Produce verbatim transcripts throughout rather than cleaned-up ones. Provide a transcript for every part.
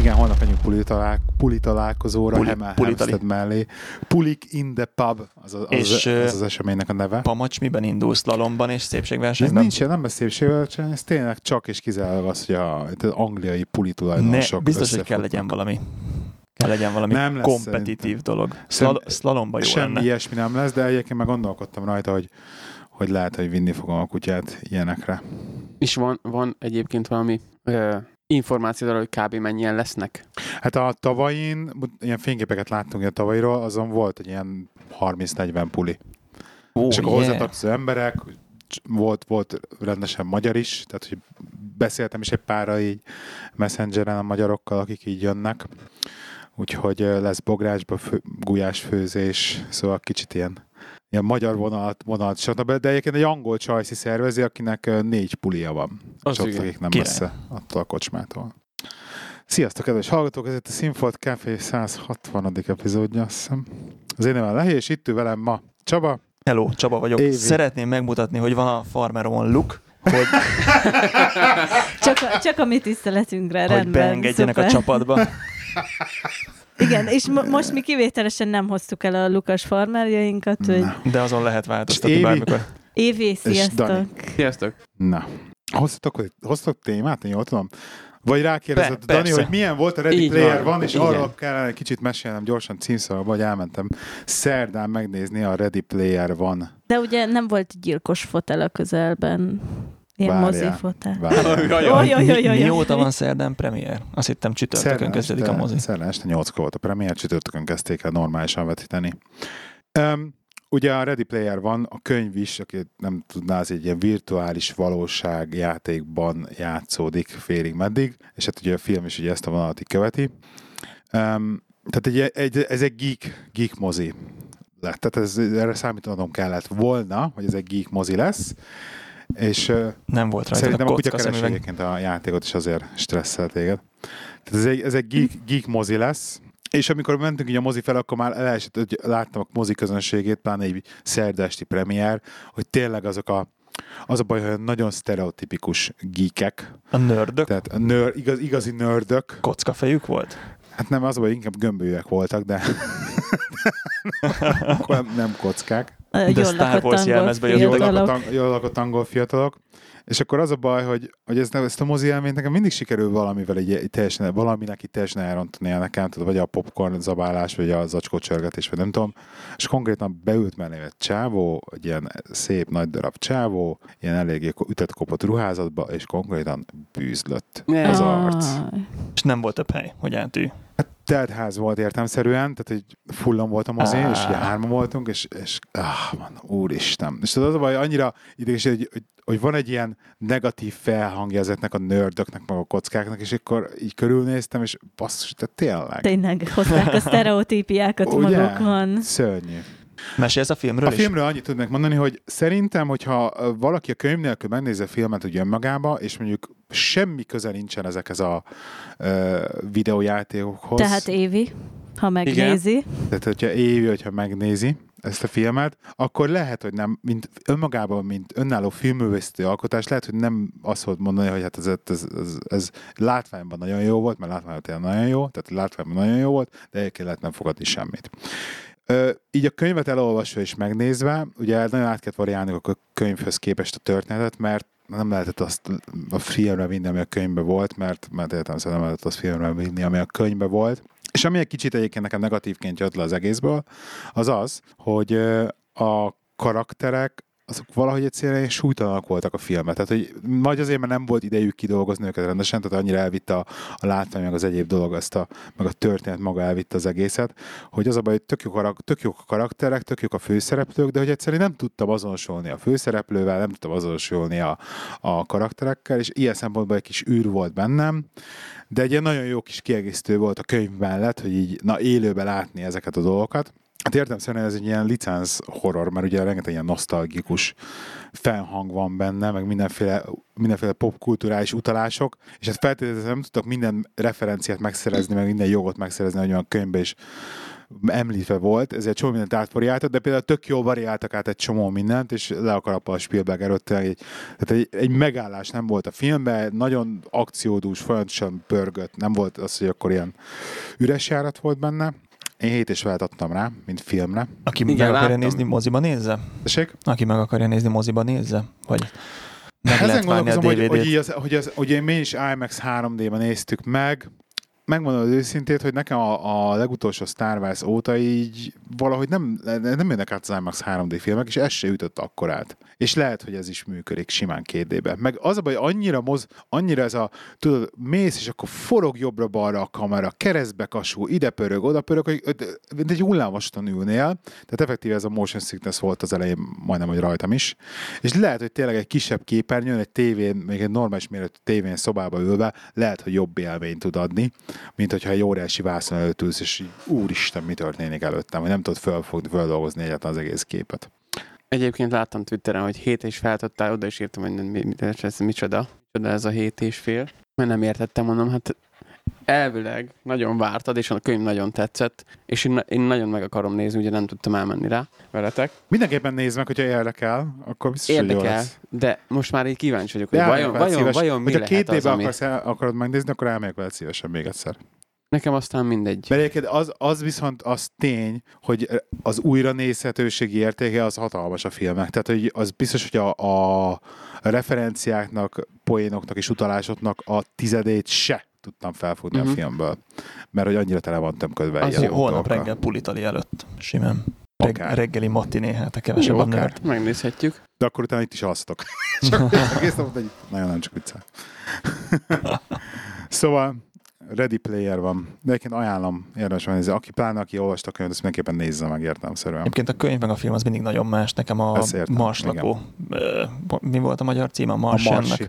Igen, holnap menjünk puli, talál, puli találkozóra, Puli, Hemel puli Hempstead mellé. Pulik in the pub, az az, És, az, az, az eseménynek a neve. Pamacs miben indul? Slalomban és Ez szépségversenyben? nincs, nem lesz szépségverseny, ez tényleg csak és kizárólag az, hogy a, az angliai puli tulajdonosok Ne, biztos, hogy kell legyen valami. Kell legyen valami nem lesz kompetitív szerintem. dolog. Szerint, Szlal- szlalomba jó semmi lenne. ilyesmi nem lesz, de egyébként meg gondolkodtam rajta, hogy, hogy lehet, hogy vinni fogom a kutyát ilyenekre. És van, van egyébként valami ö, információ arra, hogy kb. Mennyien lesznek? Hát a tavain, ilyen fényképeket láttunk a tavairól, azon volt egy ilyen harminc-negyven puli. Oh, és akkor yeah. hozzátartozó emberek, volt, volt rendesen magyar is, tehát hogy beszéltem is egy párra így messengeren a magyarokkal, akik így jönnek. Úgyhogy lesz bográsba fő, gulyásfőzés, szóval kicsit ilyen, ilyen magyar vonalat, vonalat stb. De egyébként egy angol csajszi szervezi, akinek négy pulia van. Az és ott, igen. akik nem Király. messze attól a kocsmától. Sziasztok, kedves hallgatók! Ez itt a Színfolt Café száz hatvanadik epizódja, azt hiszem. Az én nevem Lehi, és itt ül velem ma Csaba. Hello, Csaba vagyok. Évi. Szeretném megmutatni, hogy van a Farmeron look, hogy, Csak, a, csak a mi tiszteletünkre, hogy rendben. beengedjenek szuper. a csapatba. Igen, és mo- most mi kivételesen nem hoztuk el a Lukas farmerjainkat, hogy Na. De azon lehet változtatni És Évi? bármikor. Évi, Dani. sziasztok! Sziasztok! Na. Hoztatok, hoztatok témát, én jól tudom? Vagy rákérdezett Pe- Dani, persze. hogy milyen volt a Ready Így Player van, One, és igen. arról kellene egy kicsit mesélnem gyorsan címszóval, vagy elmentem szerdán megnézni a Ready Player One. De ugye nem volt gyilkos fotel a közelben. Ilyen Várjál. mozi fotel. Várjál. Jaj, Oj, oj, oj, oj, oj. Mióta van szerdán premier? Azt hittem csütörtökön Szerdán kezdődik a este- mozi. Szerdán este nyolckor volt a premier, csütörtökön kezdték el normálisan vetíteni. Um, ugye a Ready Player One, a könyv is, aki nem tudná, az egy ilyen virtuális valóság játékban játszódik félig meddig, és hát ugye a film is ugye ezt a vonalat így követi. Um, tehát egy, egy, ez egy geek, geek mozi lett. Tehát ez, erre számítanom kellett volna, hogy ez egy geek mozi lesz, és uh, Nem volt rajta szerintem a a kocka kutyakereső szemüveg. egyébként a játékot is azért stresszel téged. Tehát ez egy, ez egy geek, geek mozi lesz, és amikor mentünk így a mozi fel, akkor már elesett, hogy láttam a mozi közönségét, pláne egy szerda esti premier, hogy tényleg azok a az a baj, hogy nagyon sztereotipikus geekek, A nördök tehát a nör, igaz, igazi nördök. kockafejük volt? Hát nem, az a baj, inkább gömbölyűek voltak, de nem, nem kockák. Jól Star lakott Wars angol jelmezbe Jól jöttek. fiatalok. lakott, ang- jól lakott angol fiatalok. És akkor az a baj, hogy, hogy ez, ezt a mozi élményt nekem mindig sikerül valamivel így, így teljesen, valaminek így teljesen elrontani nekem, tudod, vagy a popcorn zabálás, vagy a zacskócsörgetés, vagy nem tudom. És konkrétan beült mellé egy csávó, egy ilyen szép nagy darab csávó, ilyen eléggé ütött kopott ruházatba, és konkrétan bűzlött Ne. az arc. Aj. És nem volt több hely, hogy átülj. Hát telt ház volt értelmszerűen, tehát egy fullon volt a mozi, Ah. és ugye hárman voltunk, és, és ah, man, úristen. És tudod, az a baj, annyira ideges, hogy, hogy, hogy van egy ilyen negatív felhangja ezeknek a nördöknek, meg a kockáknak, és akkor így körülnéztem, és basszus, tehát tényleg. Tényleg hozták a sztereotípiákat Ugye? magukon. Szörnyű. Mesélsz a filmről A is? filmről annyit tudnék mondani, hogy szerintem, hogyha valaki a könyv nélkül megnézi a filmet úgy önmagába, és mondjuk semmi köze nincsen ezekhez a uh, videójátékokhoz. Tehát Évi, ha megnézi. Tehát, hogyha Évi, hogyha megnézi ezt a filmet, akkor lehet, hogy nem, mint önmagában, mint önálló filmművészeti alkotás, lehet, hogy nem azt fogod mondani, hogy hát ez, ez, ez, ez látványban nagyon jó volt, mert látványban tényleg nagyon jó, tehát látványban nagyon jó volt, de egyébként lehet nem fogadni semmit. Ö, így a könyvet elolvasva és megnézve, ugye nagyon át kellett variálni a könyvhöz képest a történetet, mert nem lehetett azt a filmre vinni, ami a könyvben volt, mert, mert értelemszerűen nem lehetett azt filmre vinni, ami a könyvben volt. És ami egy kicsit egyébként nekem negatívként jött le az egészből, az az, hogy a karakterek azok valahogy egyszerűen súlytalanak voltak a filmet. Tehát, hogy vagy azért, mert nem volt idejük kidolgozni őket rendesen, tehát annyira elvitte a, a látvány, meg az egyéb dolog, ezt a, meg a történet maga elvitte az egészet, hogy az a baj, hogy tök jók a, tök jók a karakterek, tök jók a főszereplők, de hogy egyszerűen nem tudtam azonosulni a főszereplővel, nem tudtam azonosulni a, a karakterekkel, és ilyen szempontból egy kis űr volt bennem, de egy ilyen nagyon jó kis kiegészítő volt a könyv mellett, hogy így na élőben látni ezeket a dolgokat. Hát értem szerint ez egy ilyen licenc horror, mert ugye rengeteg ilyen nosztalgikus felhang van benne, meg mindenféle, mindenféle popkulturális utalások, és hát feltétlenül nem tudtak minden referenciát megszerezni, meg minden jogot megszerezni, hogy a könyvben is említve volt, ezért csomó mindent átvariáltak, de például tök jól variáltak át egy csomó mindent, és le akar a Spielberg előtt. Egy, tehát egy, egy megállás nem volt a filmben, nagyon akciódús, folyamatosan pörgött, nem volt az, hogy akkor ilyen üres járat volt benne. Én hét és felet adtam rá, mint filmre. Aki Igen, meg akarja láttam. nézni moziba, nézze. Tessék? Aki meg akarja nézni moziba, nézze. Vagy meg Ezen lehet várni a gondolkozom, dé vé hogy, dét. hogy, az, hogy, az, ugye mi is IMAX három dé-ben néztük meg. Megmondom az őszintét, hogy nekem a, a legutolsó Star Wars óta így valahogy nem, nem jönnek át az IMAX három dé filmek, és ez se ütött akkorát. És lehet, hogy ez is működik simán két dé-ben. Meg az a baj, annyira, moz, annyira ez a, tudod, mész, és akkor forog jobbra-balra a kamera, keresztbe kasul, ide pörög, oda pörög, hogy mint egy hullámvasúton ülnél. Tehát effektíve ez a motion sickness volt az elején, majdnem, hogy rajtam is. És lehet, hogy tényleg egy kisebb képernyőn, egy tévén, még egy normális méretű tévén szobába ülve, lehet, hogy jobb élményt tud adni, mint hogyha egy óriási vászon előtt ülsz, és így, úristen, mi történik előttem, hogy nem tudod fölfogni, földolgozni egyáltalán az egész képet. Egyébként láttam Twitteren, hogy hét és feltottál, oda is írtam, hogy mi, mi, ez micsoda. Micsoda ez a hét és fél. Mert nem értettem, mondom, hát elvileg nagyon vártad, és a könyv nagyon tetszett, és én, én nagyon meg akarom nézni, ugye nem tudtam elmenni rá veletek. Mindenképpen nézd meg, hogyha érdekel, akkor biztos, hogy jó Érdekel, lesz. de most már így kíváncsi vagyok, De hogy elmegyek vajon, veled vajon, szívesen. vajon mi Hogyha lehet két az, dé-ben ami... akarsz, el, akarod megnézni, akkor elmegyek veled szívesen még egyszer. Nekem aztán mindegy. Mert egyébként az, az viszont az tény, hogy az újra nézhetőségi értéke az hatalmas a filmnek. Tehát hogy az biztos, hogy a, a referenciáknak, poénoknak és utalásoknak a tizedét se tudtam felfogni Mhm. a filmből. Mert hogy annyira tele van tömködve Az ilyen jó, Holnap dolgokkal. reggel pulitali előtt, simán. Reg- Akár. reggeli matiné, hát a kevesebb a Akár, nőt. megnézhetjük. De akkor utána itt is alsztok. Csak egész nap, hogy nagyon nem csak viccel. Szóval Ready Player van. De egyébként ajánlom, érdemes megnézni. Aki pláne, aki olvasta a könyvet, azt mindenképpen nézze meg értelemszerűen. Egyébként a könyv meg a film az mindig nagyon más. Nekem a Ezt értem, Marslakó. Ö, Mi volt a magyar cím? A A Marsiannak? Marsi.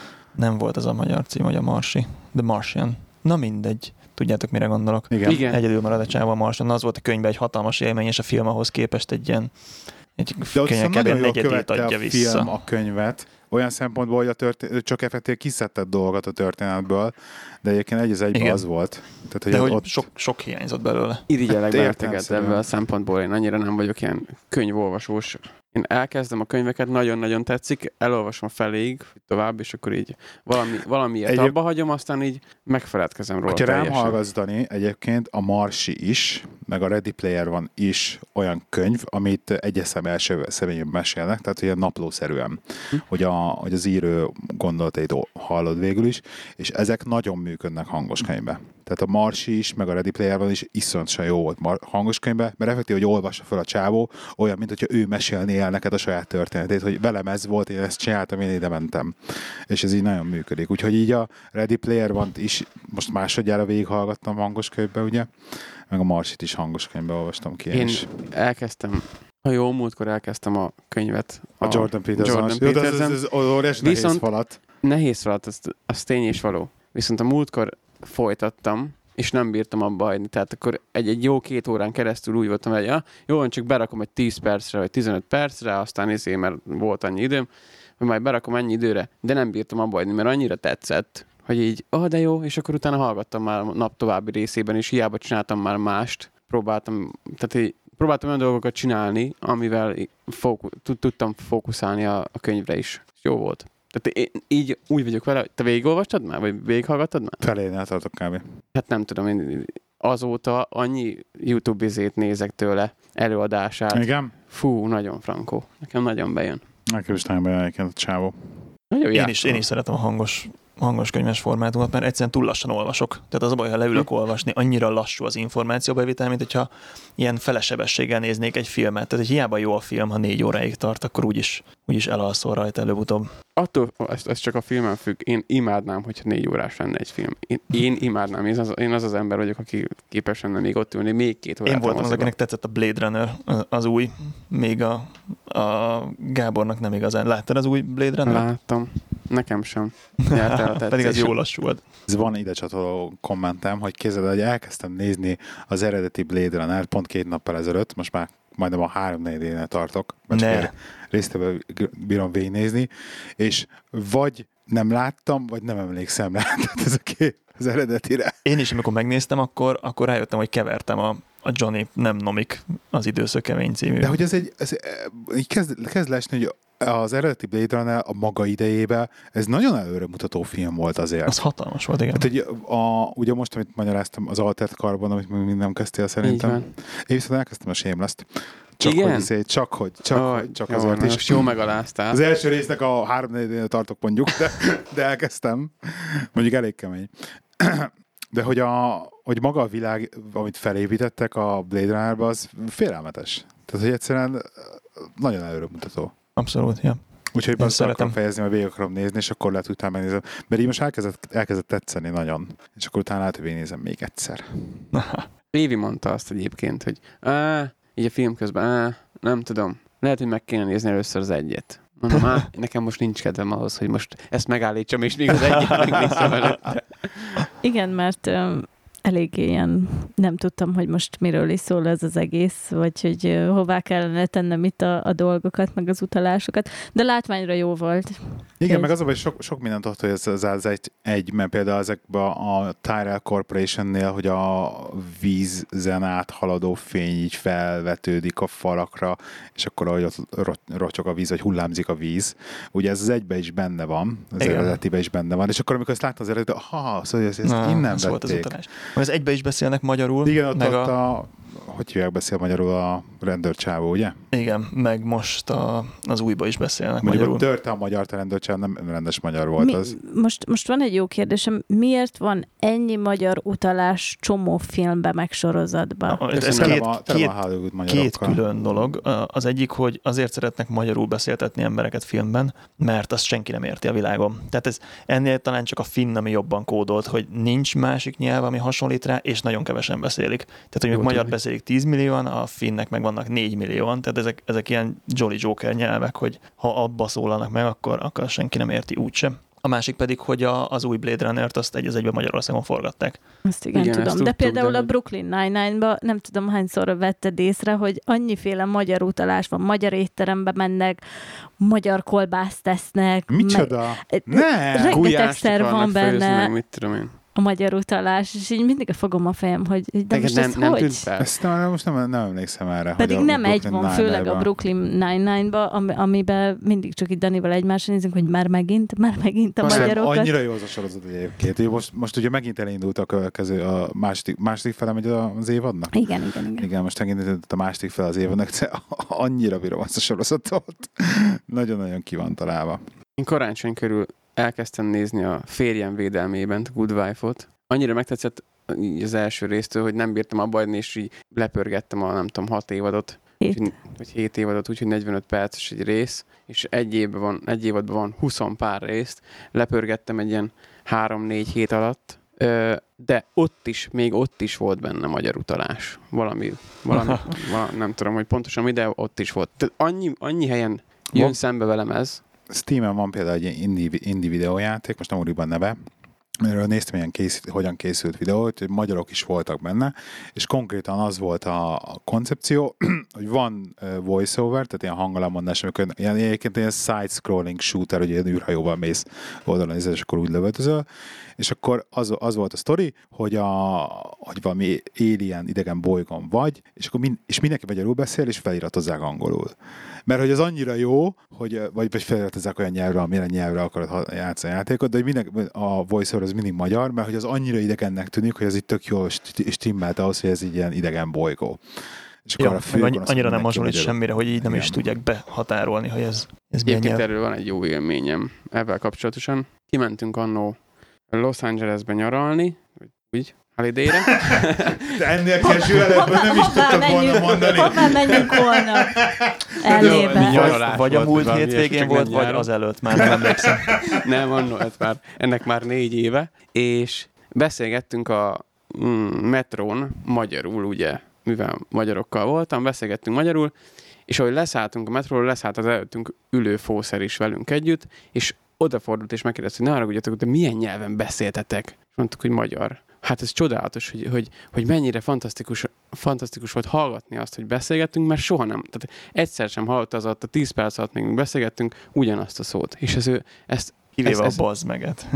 Nem volt az a magyar cím, hogy a Marsi. The Martian. Na mindegy. Tudjátok, mire gondolok? Igen. Igen. Egyedül marad a csávó a Marsian. Az volt a könyvben egy hatalmas élmény, és a film ahhoz képest egy ilyen egy De ott könnyen viszont nagyon kb. jól negyedét követte adja a vissza. film a könyvet, olyan szempontból, hogy a történet, csak effektív kiszedtett dolgokat a történetből, de egyébként egy az egyben Igen. az volt. Tehát, hogy De hogy ott sok, sok hiányzott belőle. Irigyelek Értem, benneteket szerintem. ebből a szempontból, én annyira nem vagyok ilyen könyvolvasós. Én elkezdem a könyveket, nagyon-nagyon tetszik, elolvasom feléig, tovább, és akkor így valami, valamiért Egyéb- abba hagyom, aztán így megfeledkezem róla hogyha rám teljesen. hallgatsz, Dani, egyébként a Marsi is, meg a Ready Player van is olyan könyv, amit egyes szem első személyben mesélnek, tehát ilyen naplószerűen, Hm. hogy, a, hogy az írő gondolatait hallod végül is, és ezek nagyon működnek hangos könyvbe. Tehát a Marsi is, meg a Ready Player van is iszonyatosan jó volt mar- hangos könyvbe, mert effektív, hogy olvassa fel a csávó, olyan, mint hogyha ő mesélné el neked a saját történetét, hogy velem ez volt, én ezt csináltam, én ide mentem. És ez így nagyon működik. Úgyhogy így a Ready Player van is, most másodjára végighallgattam hangos könyvbe, ugye? Meg a Marsit is hangos könyvbe olvastam ki. Én is. elkezdtem, ha jó, múltkor elkezdtem a könyvet. A Jordan Peterson. Jordan Jó, de ez, Peterson. ez, ez óriási nehéz Viszont- falat. Nehéz feladat, az, az tény és való. Viszont a múltkor folytattam, és nem bírtam abba hagyni. Tehát akkor egy, egy jó két órán keresztül úgy voltam, hogy ja, jó, van, csak berakom egy tíz percre, vagy tizenöt percre, aztán izé, mert volt annyi időm, hogy majd berakom ennyi időre, de nem bírtam abba hagyni, mert annyira tetszett, hogy így, ah, de jó, és akkor utána hallgattam már a nap további részében, és hiába csináltam már mást, próbáltam, tehát így, próbáltam olyan dolgokat csinálni, amivel fóku, tudtam fókuszálni a, a könyvre is. Jó volt. Tehát én így úgy vagyok vele, te végigolvastad már, vagy végighallgattad már? Felénél tartok kb. Hát nem tudom, én azóta annyi YouTube izét nézek tőle, előadását. Igen? Fú, nagyon frankó. Nekem nagyon bejön. Nekem is nagyon bejön egyébként a csávó. Nagyon Én játszol. is, én is szeretem a hangos, hangos könyves formátumot, mert egyszerűen túl lassan olvasok. Tehát az a baj, ha leülök olvasni, annyira lassú az információbevitel, mint hogyha ilyen felesebességgel néznék egy filmet. Tehát hogy hiába jó a film, ha négy óráig tart, akkor úgyis, úgyis elalszol rajta előbb-utóbb. Attól, ez, ez csak a filmen függ. Én imádnám, hogyha négy órás lenne egy film. Én, én imádnám. Én az, én az az ember vagyok, aki képes lenne még ott ülni, még két órát. Én voltam az, moziba. akinek tetszett a Blade Runner, az új, még a, a Gábornak nem igazán. Láttad az új Blade Runner? Láttam. Nekem sem. Járt el a Pedig az tetszés. jó lassú volt. Ez van ide csatoló kommentem, hogy képzeld, hogy elkezdtem nézni az eredeti Blade Runner pont két nappal ezelőtt, most már majdnem a három négyénél tartok, mert Ne. csak résztében bírom végignézni, és vagy nem láttam, vagy nem emlékszem rá, tehát ez a két, az eredetire. Én is, amikor megnéztem, akkor, akkor rájöttem, hogy kevertem a, a Johnny nem nomik az Időszökevény című. De hogy ez egy, ez, így kezd, kezd lesni, hogy az eredeti Blade Runner a maga idejében ez nagyon előremutató film volt azért. Az hatalmas volt, igen. Hát, hogy a, ugye most, amit magyaráztam, az Altered Carbon, amit még nem kezdtél szerintem. Én viszont elkezdtem a Shameless-t. Csak igen? hogy, izé, csak hogy, csak, oh, hogy, csak jó, azért is. Most jó megaláztál. Az első résznek a három négynél tartok mondjuk, de, de elkezdtem. Mondjuk elég kemény. De hogy, a, hogy maga a világ, amit felépítettek a Blade Runnerbe, az félelmetes. Tehát, hogy egyszerűen nagyon előremutató. Abszolút, ja. Úgyhogy azt akarom fejezni, mert végig akarom nézni, és akkor lehet utána megnézem. Mert így most elkezdett, elkezdett tetszeni nagyon. És akkor utána lehet, hogy végignézem még egyszer. Évi mondta azt egyébként, hogy á, így a film közben, á, nem tudom, lehet, hogy meg kéne nézni először az egyet. Mondom, á, nekem most nincs kedvem ahhoz, hogy most ezt megállítsam, és még az egyet megnézem előtte. Igen, mert um, elég ilyen, nem tudtam, hogy most miről is szól ez az egész, vagy hogy uh, hová kellene tennem itt a, a dolgokat, meg az utalásokat, de látványra jó volt. Igen, egy... meg az a, hogy sok, sok mindent ott, hogy ez, ez, ez egy, egy, mert például ezekben a Tyrell Corporation-nél, hogy a vízen áthaladó fény így felvetődik a falakra, és akkor ahogy ott rotyog a víz, vagy hullámzik a víz, ugye ez az egyben is benne van, az igen. eredetiben is benne van, és akkor amikor ezt láttam az eredetiben, ha, szóval ezt, ezt Na, innen vették. Volt az utalás. Az egyben is beszélnek magyarul. Igen, ott, meg ott a... a... hogy hívják beszél magyarul a rendőrcsávó, ugye? Igen, meg most a, az újba is beszélnek Mondjuk magyarul. Mondjuk törte a magyar rendőrcsávó, nem rendes magyar volt Mi, az. Most, most van egy jó kérdésem, miért van ennyi magyar utalás csomó filmbe, meg sorozatba? Na, ez ez két, a, két, a két külön dolog. Az egyik, hogy azért szeretnek magyarul beszéltetni embereket filmben, mert azt senki nem érti a világon. Tehát ez ennél talán csak a finn, ami jobban kódolt, hogy nincs másik nyelv, ami hasonlít rá, és nagyon kevesen beszélik. Tehát, hogy magyar beszélik tíz millióan, a finnek meg vannak négy millióan, tehát ezek, ezek ilyen Jolly Joker nyelvek, hogy ha abba szólalnak meg, akkor, akkor senki nem érti úgysem. A másik pedig, hogy a, az új Blade Runnert azt egy az egyben Magyarországon forgatták. Azt igen, igen tudom. De például de... a Brooklyn Nine-Nine-ba nem tudom hányszor vetted észre, hogy annyiféle magyar utalás van, magyar étterembe mennek, magyar kolbászt tesznek. Micsoda? Me... Ne! Rengetegszer van benne. Meg, mit tudom én. A magyar utalás, és így mindig fogom a fejem, hogy de most nem, ez nem hogy? Ezt nem, most nem, nem emlékszem erre. Pedig nem egy egy van, főleg a Brooklyn Nine-Nine-ba, am, amiben mindig csak itt Danival egymásra nézünk, hogy már megint, már megint a most magyarokat. Annyira jó az a sorozat egyébként. Most, most ugye megint elindult a következő, a második, második fele megy az évadnak? Igen, igen, igen. Igen, most megint a második fele az évadnak, de annyira bírom azt a sorozatot. Nagyon-nagyon ki van találva. Én karácsony körül elkezdtem nézni a Férjem védelmében, a Good Wife-ot. Annyira megtetszett az első résztől, hogy nem bírtam abba adni, és így lepörgettem a, nem tudom, hat évadot, Hét. vagy hét évadot, úgyhogy negyvenöt perces egy rész, és egy évben van, egy évadban van húsz pár részt, lepörgettem egy ilyen három-négy hét alatt, de ott is, még ott is volt benne magyar utalás. Valami, valami, valami nem tudom, hogy pontosan mi, de ott is volt. Tehát annyi, annyi helyen jön van, szembe velem ez. Steamen van például egy indie, indie videójáték, most nem úr van neve, erről néztem, ilyen készít, hogyan készült videót, hogy magyarok is voltak benne, és konkrétan az volt a, a koncepció, hogy van uh, voiceover, tehát ilyen hangalamondás, amikor ilyen, egyébként ilyen side-scrolling shooter, hogy ilyen űrhajóval mész oldalon nézel, és akkor úgy lövöldözöl, és akkor az, az volt a sztori, hogy, a, hogy valami alien idegen bolygón vagy, és akkor min, és mindenki magyarul beszél, és feliratozzák angolul. Mert hogy az annyira jó, hogy, vagy, vagy feliratozzák olyan nyelvre, amilyen nyelvre akarod játszani a játékot, de hogy minden, a voiceover az mindig magyar, mert hogy az annyira idegennek tűnik, hogy ez itt tök jól stimmelt ahhoz, hogy ez így ilyen idegen bolygó. És jó, a annyi, annyira nem hasonlít semmire, hogy így nem igen. is tudják behatárolni, hogy ez, ez milyen nyelv. Erről van egy jó élményem ezzel kapcsolatosan. Kimentünk annó Los Angelesbe nyaralni, úgy, holiday-re. De ennél casual-ebben nem is tudtam volna mondani. Már menjünk volna elébe. Vagy, vagy a múlt hétvégén volt, vagy azelőtt, már nem emlékszem. Nem, annó, ez már, ennek már négy éve. És beszélgettünk a mm, metrón magyarul, ugye, mivel magyarokkal voltam, beszélgettünk magyarul, és ahogy leszálltunk a metróról, leszállt az előttünk ülő fószer is velünk együtt, és odafordult és megkérdezte, hogy ne haragudjatok, de milyen nyelven beszéltetek? És mondtuk, hogy magyar. Hát ez csodálatos, hogy, hogy, hogy mennyire fantasztikus, fantasztikus volt hallgatni azt, hogy beszélgettünk, mert soha nem, tehát egyszer sem hallotta az alatt, a tíz perc alatt még beszélgettünk ugyanazt a szót. És ez ő, ezt kivéve ez, a bazmeget.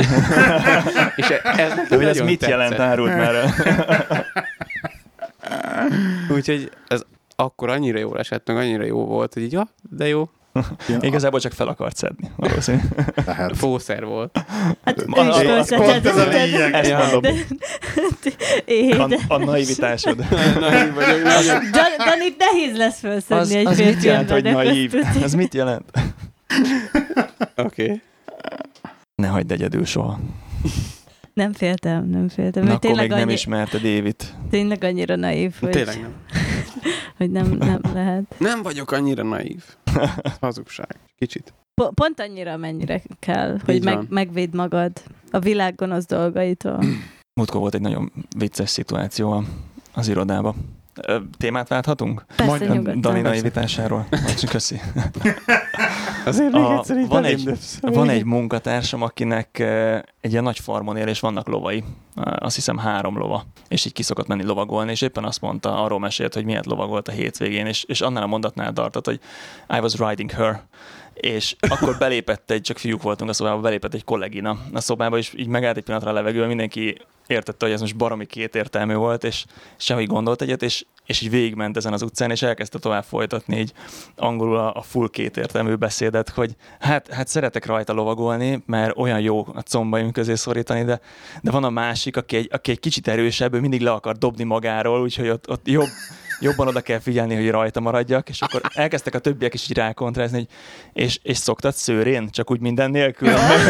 És ez, ez hogy ez mit tetszett. jelent, árult már el. Úgyhogy ez akkor annyira jól esett, meg annyira jó volt, hogy így, ja, de jó. Igazából csak fel akart szedni. Valószínű. Tehát. Fószer volt. Hát ő A- is a- felszedted, pont ez a de- lényeg. Ezt mondom. Én. A, a naivitásod. Naív vagyok, nagyon. Dan- Danit nehéz lesz felszedni Az, egy az mit jelent, hogy férfi embernek, naív? azt tudni. Ez mit jelent? Oké. Okay. Ne hagyd egyedül soha. Nem féltem, nem féltem. Na, Mert akkor még tényleg, nem annyi, ismerte David. tényleg annyira naív, hogy, Tényleg nem. hogy nem, nem lehet. Nem vagyok annyira naív. Ez hazugság. Kicsit. Po- pont annyira, amennyire kell, hogy Így meg, van. megvédd magad a világ gonosz dolgaitól. Múltkor volt egy nagyon vicces szituáció a- az irodába. Ö, Témát válthatunk? Persze, Mondjam, nyugodtan. Dani naivitásáról. Vagy, köszi. Azért még A- egyszer így van, egy, belém, van egy munkatársam, akinek eh, egy ilyen nagy farmon él, és vannak lovai. Eh, Azt hiszem három lova. És így ki szokott menni lovagolni, és éppen azt mondta, arról mesélt, hogy miért lovagolt a hétvégén, és, és annál a mondatnál tartott, hogy I was riding her. És akkor belépett egy, csak fiúk voltunk a szobában, belépett egy kollégina a szobába, és így megállt egy pillanatra a levegőn, mindenki értette, hogy ez most baromi kétértelmű volt, és sehogy gondolt egyet, és, és így végigment ezen az utcán, és elkezdte tovább folytatni így angolul a, a full kétértelmű beszédet, hogy hát, hát szeretek rajta lovagolni, mert olyan jó a combaim közé szorítani, de, de van a másik, aki egy, aki egy kicsit erősebb, ő mindig le akar dobni magáról, úgyhogy ott, ott jobb, jobban oda kell figyelni, hogy rajta maradjak, és akkor elkezdtek a többiek is így rákontrázni, hogy és, és szoktad szőrén, csak úgy minden nélkül?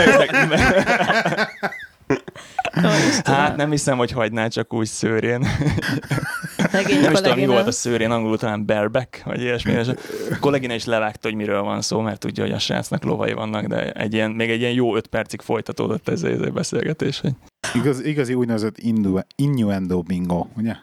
Hát nem hiszem, hogy hagyná csak úgy szőrén. Szegény Nem is tudom, mi kollégina. volt a szőrén, angolul talán bareback, vagy ilyesmi. És a kollégina is levágta, hogy miről van szó, mert tudja, hogy a srácnak lovai vannak, de egy ilyen, még egy ilyen jó öt percig folytatódott ez a beszélgetés. Hogy... Igaz, igazi úgynevezett innu- innuendo bingo, ugye?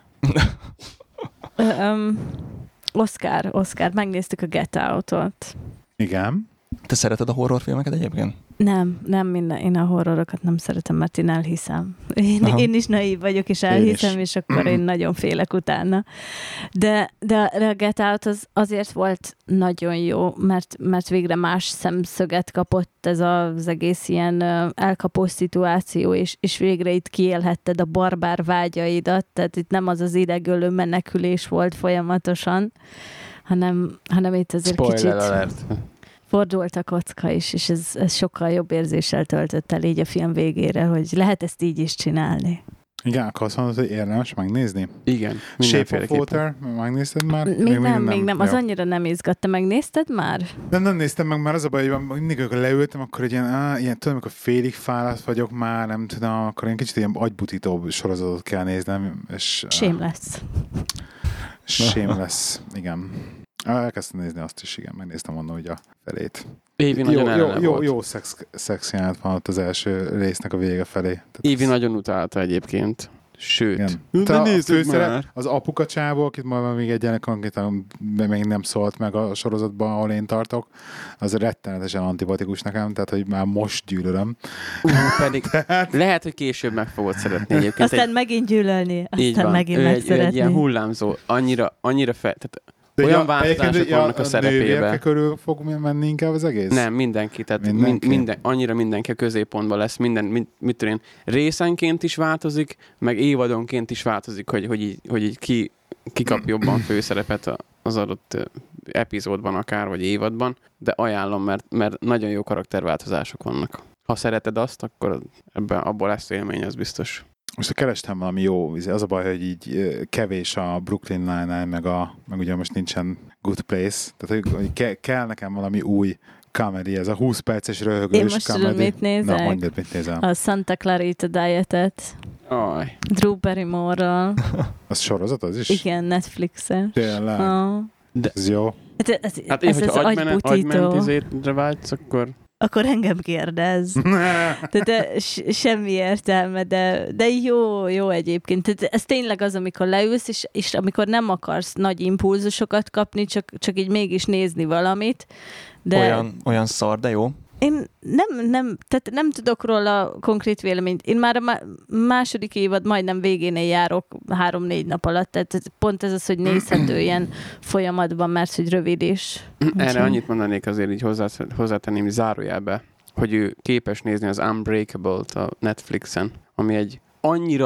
Um, Oscar, Oscar, megnéztük a Get Out-ot. Igen. Te szereted a horrorfilmeket egyébként? Nem, nem minden, én a horrorokat nem szeretem, mert én elhiszem. Én, én is naív vagyok, és elhiszem, és akkor én nagyon félek utána. De, de, de a Get Out az azért volt nagyon jó, mert, mert végre más szemszöget kapott ez az egész ilyen elkapós szituáció, és, és végre itt kiélhetted a barbár vágyaidat, tehát itt nem az az idegölő menekülés volt folyamatosan, hanem, hanem itt azért Spoiler kicsit... alert. Fordult a kocka is, és ez, ez sokkal jobb érzéssel töltött el így a film végére, hogy lehet ezt így is csinálni. Igen, akkor azt mondod, hogy érdemes megnézni? Igen, Shape of mindenféleképpen. Water, megnézted már? Még, még nem, még nem. Az Jó. annyira nem izgatta. Megnézted már? Nem, nem néztem meg, már az a baj, hogy mindig, amikor leültem, akkor egy ilyen, á, ilyen tudom, amikor félig fáradt vagyok már, nem tudom, akkor ilyen kicsit ilyen agybutító sorozatot kell néznem, és... Sém lesz. Sém lesz, igen. Elkezdtem nézni azt is, igen, megnéztem onnan ugye a felét. Évi Jó, nagyon jó, ellene jó, volt. jó szex, szex jelenet van ott az első résznek a vége felé. Tehát Évi ez- nagyon utálta egyébként. Sőt. Igen. De Te a nézzük főszerep, már. az apuka csávó, akit majd még egyenek konkrétan még nem szólt meg a sorozatban, ahol én tartok, az rettenetesen antipatikus nekem, tehát hogy már most gyűlölöm. Ú, pedig lehet, hogy később meg fogod szeretni egyébként. Aztán egy, megint gyűlölni, így aztán van. megint Ő egy, ő egy ilyen megszeretni. hullámzó, annyira, annyira fel, tehát De olyan ja, változások egyébként, ja, vannak a szerepébe. nővérke körül fog menni inkább az egész? Nem, mindenki. Tehát Mindenki? mindenki? Minden, annyira mindenki a középpontban lesz. Minden, mit, mit tudom én, részenként is változik, meg évadonként is változik, hogy, hogy így, hogy így ki, ki kap jobban főszerepet a- az adott ö, epizódban akár, vagy évadban. De ajánlom, mert, mert nagyon jó karakterváltozások vannak. Ha szereted azt, akkor ebben abból lesz élmény, az biztos. Most kerestem valami jó, az a baj, hogy így ö, kevés a Brooklyn Nine-Nine, meg, a, meg ugye most nincsen Good Place, tehát hogy- hogy ke, kell nekem valami új comedy, ez a húsz perces röhögős Én most comedy. tudom, mit nézek. Na, mondjad, mit nézel. A Santa Clarita Diet-et, Aj. Drew Barrymore-ral. Az sorozat, az is? Igen, Netflixes. Tényleg? Ah. Ez jó. Hát ez, Hát én, ez, ez hogyha agymenet, agybutító. agyment izétre vágysz, akkor Akkor engem kérdez. Tehát de s- semmi értelme, de, de jó, jó egyébként. Tehát ez tényleg az, amikor leülsz, és, és amikor nem akarsz nagy impulzusokat kapni, csak, csak így mégis nézni valamit. De Olyan, olyan szar, de jó. én nem, nem, tehát nem tudok róla konkrét véleményt. Én már a má- második évad majdnem végénél járok három-négy nap alatt, tehát ez- pont ez az, hogy nézhető ilyen folyamatban, mert hogy rövid is. erre Úgyhogy- annyit mondanék azért így hozzá, hozzátenném zárójelbe, hogy ő képes nézni az Unbreakable-t a Netflixen, ami egy annyira,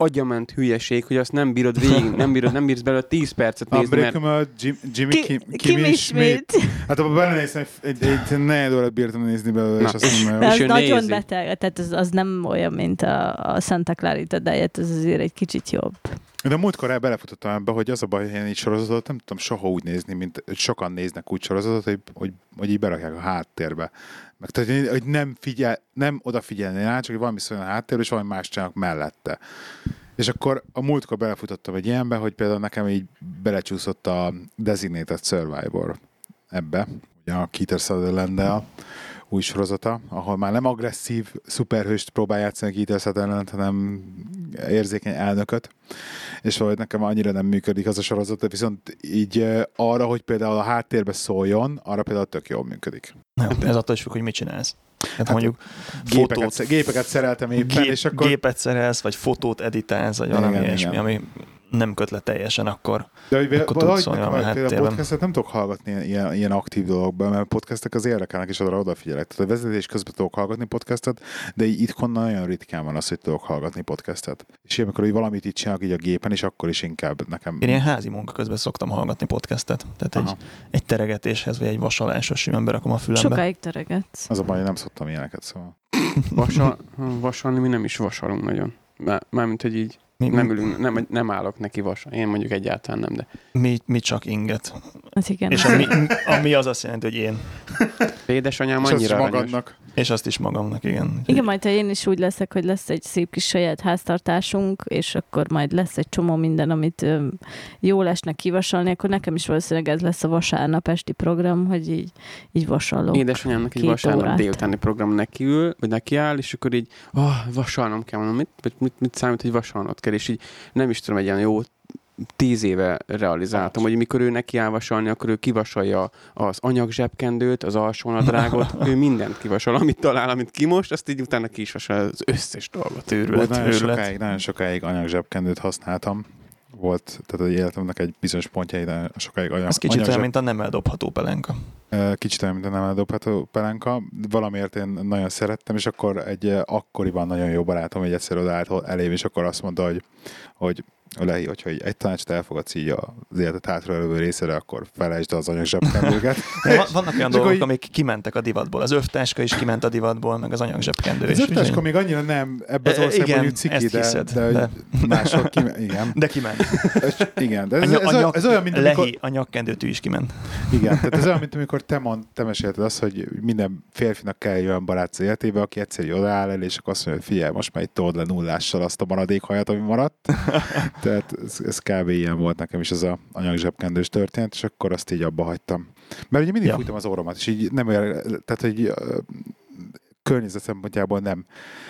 agyament hülyeség, hogy azt nem bírod végig, nem bírod, nem bírsz belőle tíz percet nézni, mert... Unbreakable, Jim, Jimmy Ki, Kim, Kimi Kimi Schmidt. Schmidt. Hát abban belenéztem, egy, egy negyed órát bírtam nézni belőle, Na. és azt mondom, De hogy az nagyon nézi. beteg, tehát az, az nem olyan, mint a, a Santa Clarita Diet, az azért egy kicsit jobb. de múltkor el belefutottam ebbe, hogy az a baj, hogy én így sorozatot nem tudtam soha úgy nézni, mint hogy sokan néznek úgy sorozatot, hogy, hogy, hogy így berakják a háttérbe. Meg tehát, hogy nem, figyel, nem odafigyelni rá, csak hogy valami szóljon a háttérbe, és valami más csinálnak mellette. És akkor a múltkor belefutottam egy ilyenbe, hogy például nekem így belecsúszott a Designated Survivor ebbe, ugye a Keith Sutherland-del új sorozata, ahol már nem agresszív szuperhőst próbál játszani Keith Sutherland, hanem érzékeny elnököt, és valahogy nekem annyira nem működik az a sorozat, viszont így arra, hogy például a háttérbe szóljon, arra például tök jól működik. Nem, ez attól is függ, hogy mit csinálsz. Hát, Hát mondjuk Gépeket, fotót, gépeket szereltem éppen, gép, és akkor... gépet szerelsz, vagy fotót editálsz, vagy Igen, valami igen. ilyesmi, ami nem köt le teljesen, akkor, De hogy akkor valahogy tudsz szólni nekem, valami például háttérben. podcastet nem tudok hallgatni ilyen, ilyen aktív dolgokban, mert podcastek az érdekelnek, és arra odafigyelek. Tehát a vezetés közben tudok hallgatni podcastet, de így itthon nagyon ritkán van az, hogy tudok hallgatni podcastet. És így, amikor így valamit itt csinálok így a gépen, és akkor is inkább nekem... Én ilyen házi munka közben szoktam hallgatni podcastet. Tehát Aha. egy, egy teregetéshez, vagy egy vasaláshoz simán berakom a fülembe. Sokáig teregetsz. Az a baj, hogy nem szoktam ilyeneket, szóval. Vasal, vasalni mi nem is vasalunk nagyon. Már- Mármint, hogy így Mi, nem mi, ülünk, nem, nem állok neki vasalni. Én mondjuk egyáltalán nem, de mi, mi csak inget. Az igen. És ami, ami az azt jelenti, hogy én. édesanyám És az is annyira aranyos. magadnak. És azt is magamnak, igen. Igen, majd ha én is úgy leszek, hogy lesz egy szép kis saját háztartásunk, és akkor majd lesz egy csomó minden, amit ö, jó lesne kivasalni, akkor nekem is valószínűleg ez lesz a vasárnap esti program, hogy így, így vasalok. Édesanyámnak egy Két vasárnap órát. délutáni program nekiül, vagy nekiáll, és akkor így, oh, vasalnom kell, mondom, mit, mit, mit, mit számít, hogy vasalnod kell, és így nem is tudom, egy ilyen jó tíz éve realizáltam, hogy mikor ő neki áll vasalni, akkor ő kivasalja az anyagzsebkendőt, az alsónadrágot, ő mindent kivasal, amit talál, amit kimost, azt így utána ki is vasal az összes dolgot. Volt, Őrület, nagyon, őrület. sokáig, nagyon sokáig anyagzsebkendőt használtam. Volt, tehát az életemnek egy bizonyos pontjai, de sokáig anyag, Az kicsit olyan, anyagzseb- mint a nem eldobható pelenka. Ö, Kicsit olyan, mint a nem eldobható pelenka. Valamiért én nagyon szerettem, és akkor egy ö, akkoriban nagyon jó barátom, hogy egyszer odaállt elém, és akkor azt mondta, hogy, hogy Lehi, hogyha egy, egy tanácsot elfogadsz így az életet hátralévő részére, akkor felejtsd az anyagzsebkendőket. De van- vannak olyan És akkor dolgok, így- amik kimentek a divatból. Az övtáska is kiment a divatból, meg az anyagzsebkendő is. Az öftáska úgyhogy- még annyira nem, ebben az E, országban igen, mondjuk ciki, ezt de, hiszed, de, de- de. máshol kiment, igen. De kiment. Ez, igen, de ez, A, ez, a, olyan, nyak, ez olyan, mint amikor... Lehi, a nyakkendőtű is kiment. Igen, tehát ez olyan, mint amikor te, mond, te mesélted azt, hogy minden férfinak kell egy olyan barát az életébe, aki egyszer így odaáll el, és akkor azt mondja, hogy figyelj, most már itt told le nullással azt a maradék hajat, ami maradt. Tehát ez, ez kb. Ilyen volt nekem is az a anyagzsebkendős történet, és akkor azt így abba hagytam. Mert ugye mindig Ja. fújtam az orromat, és így nem olyan, tehát hogy ö, környezet szempontjából nem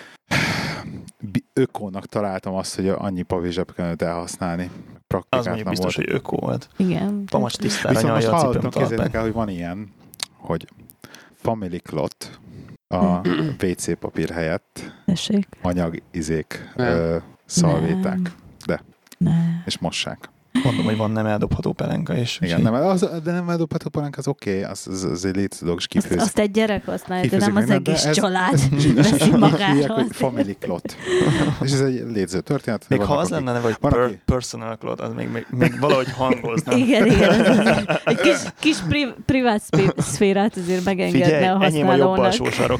bi- ökónak találtam azt, hogy annyi pavézsebkendőt elhasználni. Az Praktikát mondjuk nem biztos, volt. hogy öko volt. Igen. Pamacs tisztára Viszont most nyalja a hallottam, cipőm képzeljétek talpán. el, hogy van ilyen, hogy Family Clot a vé cé papír helyett Tessék. anyagizék, Nem. ö, szalvéták, Nem. Ne. és mossák. Mondom, hogy van nem eldobható pelenka is. Igen, úgyhogy- nem, az, de nem eldobható palánk, az oké, okay, az, az, az egy létező dolog, és Azt, kifőzik. azt egy gyerek használja, de Kifőzik nem az minden, de egész ez- család ez- veszi így hívják, magára. hogy Family Clot. És ez egy létező történet. Még vannak, ha az akik- lenne neve, hogy van, per, aki- personal cloud, az még, még, még valahogy hangoznám. Igen, igen. Ez az, egy kis, kis pri, privát szpé- szférát azért megengedne Figyelj, a enyém a jobb használónak. alsó sarok.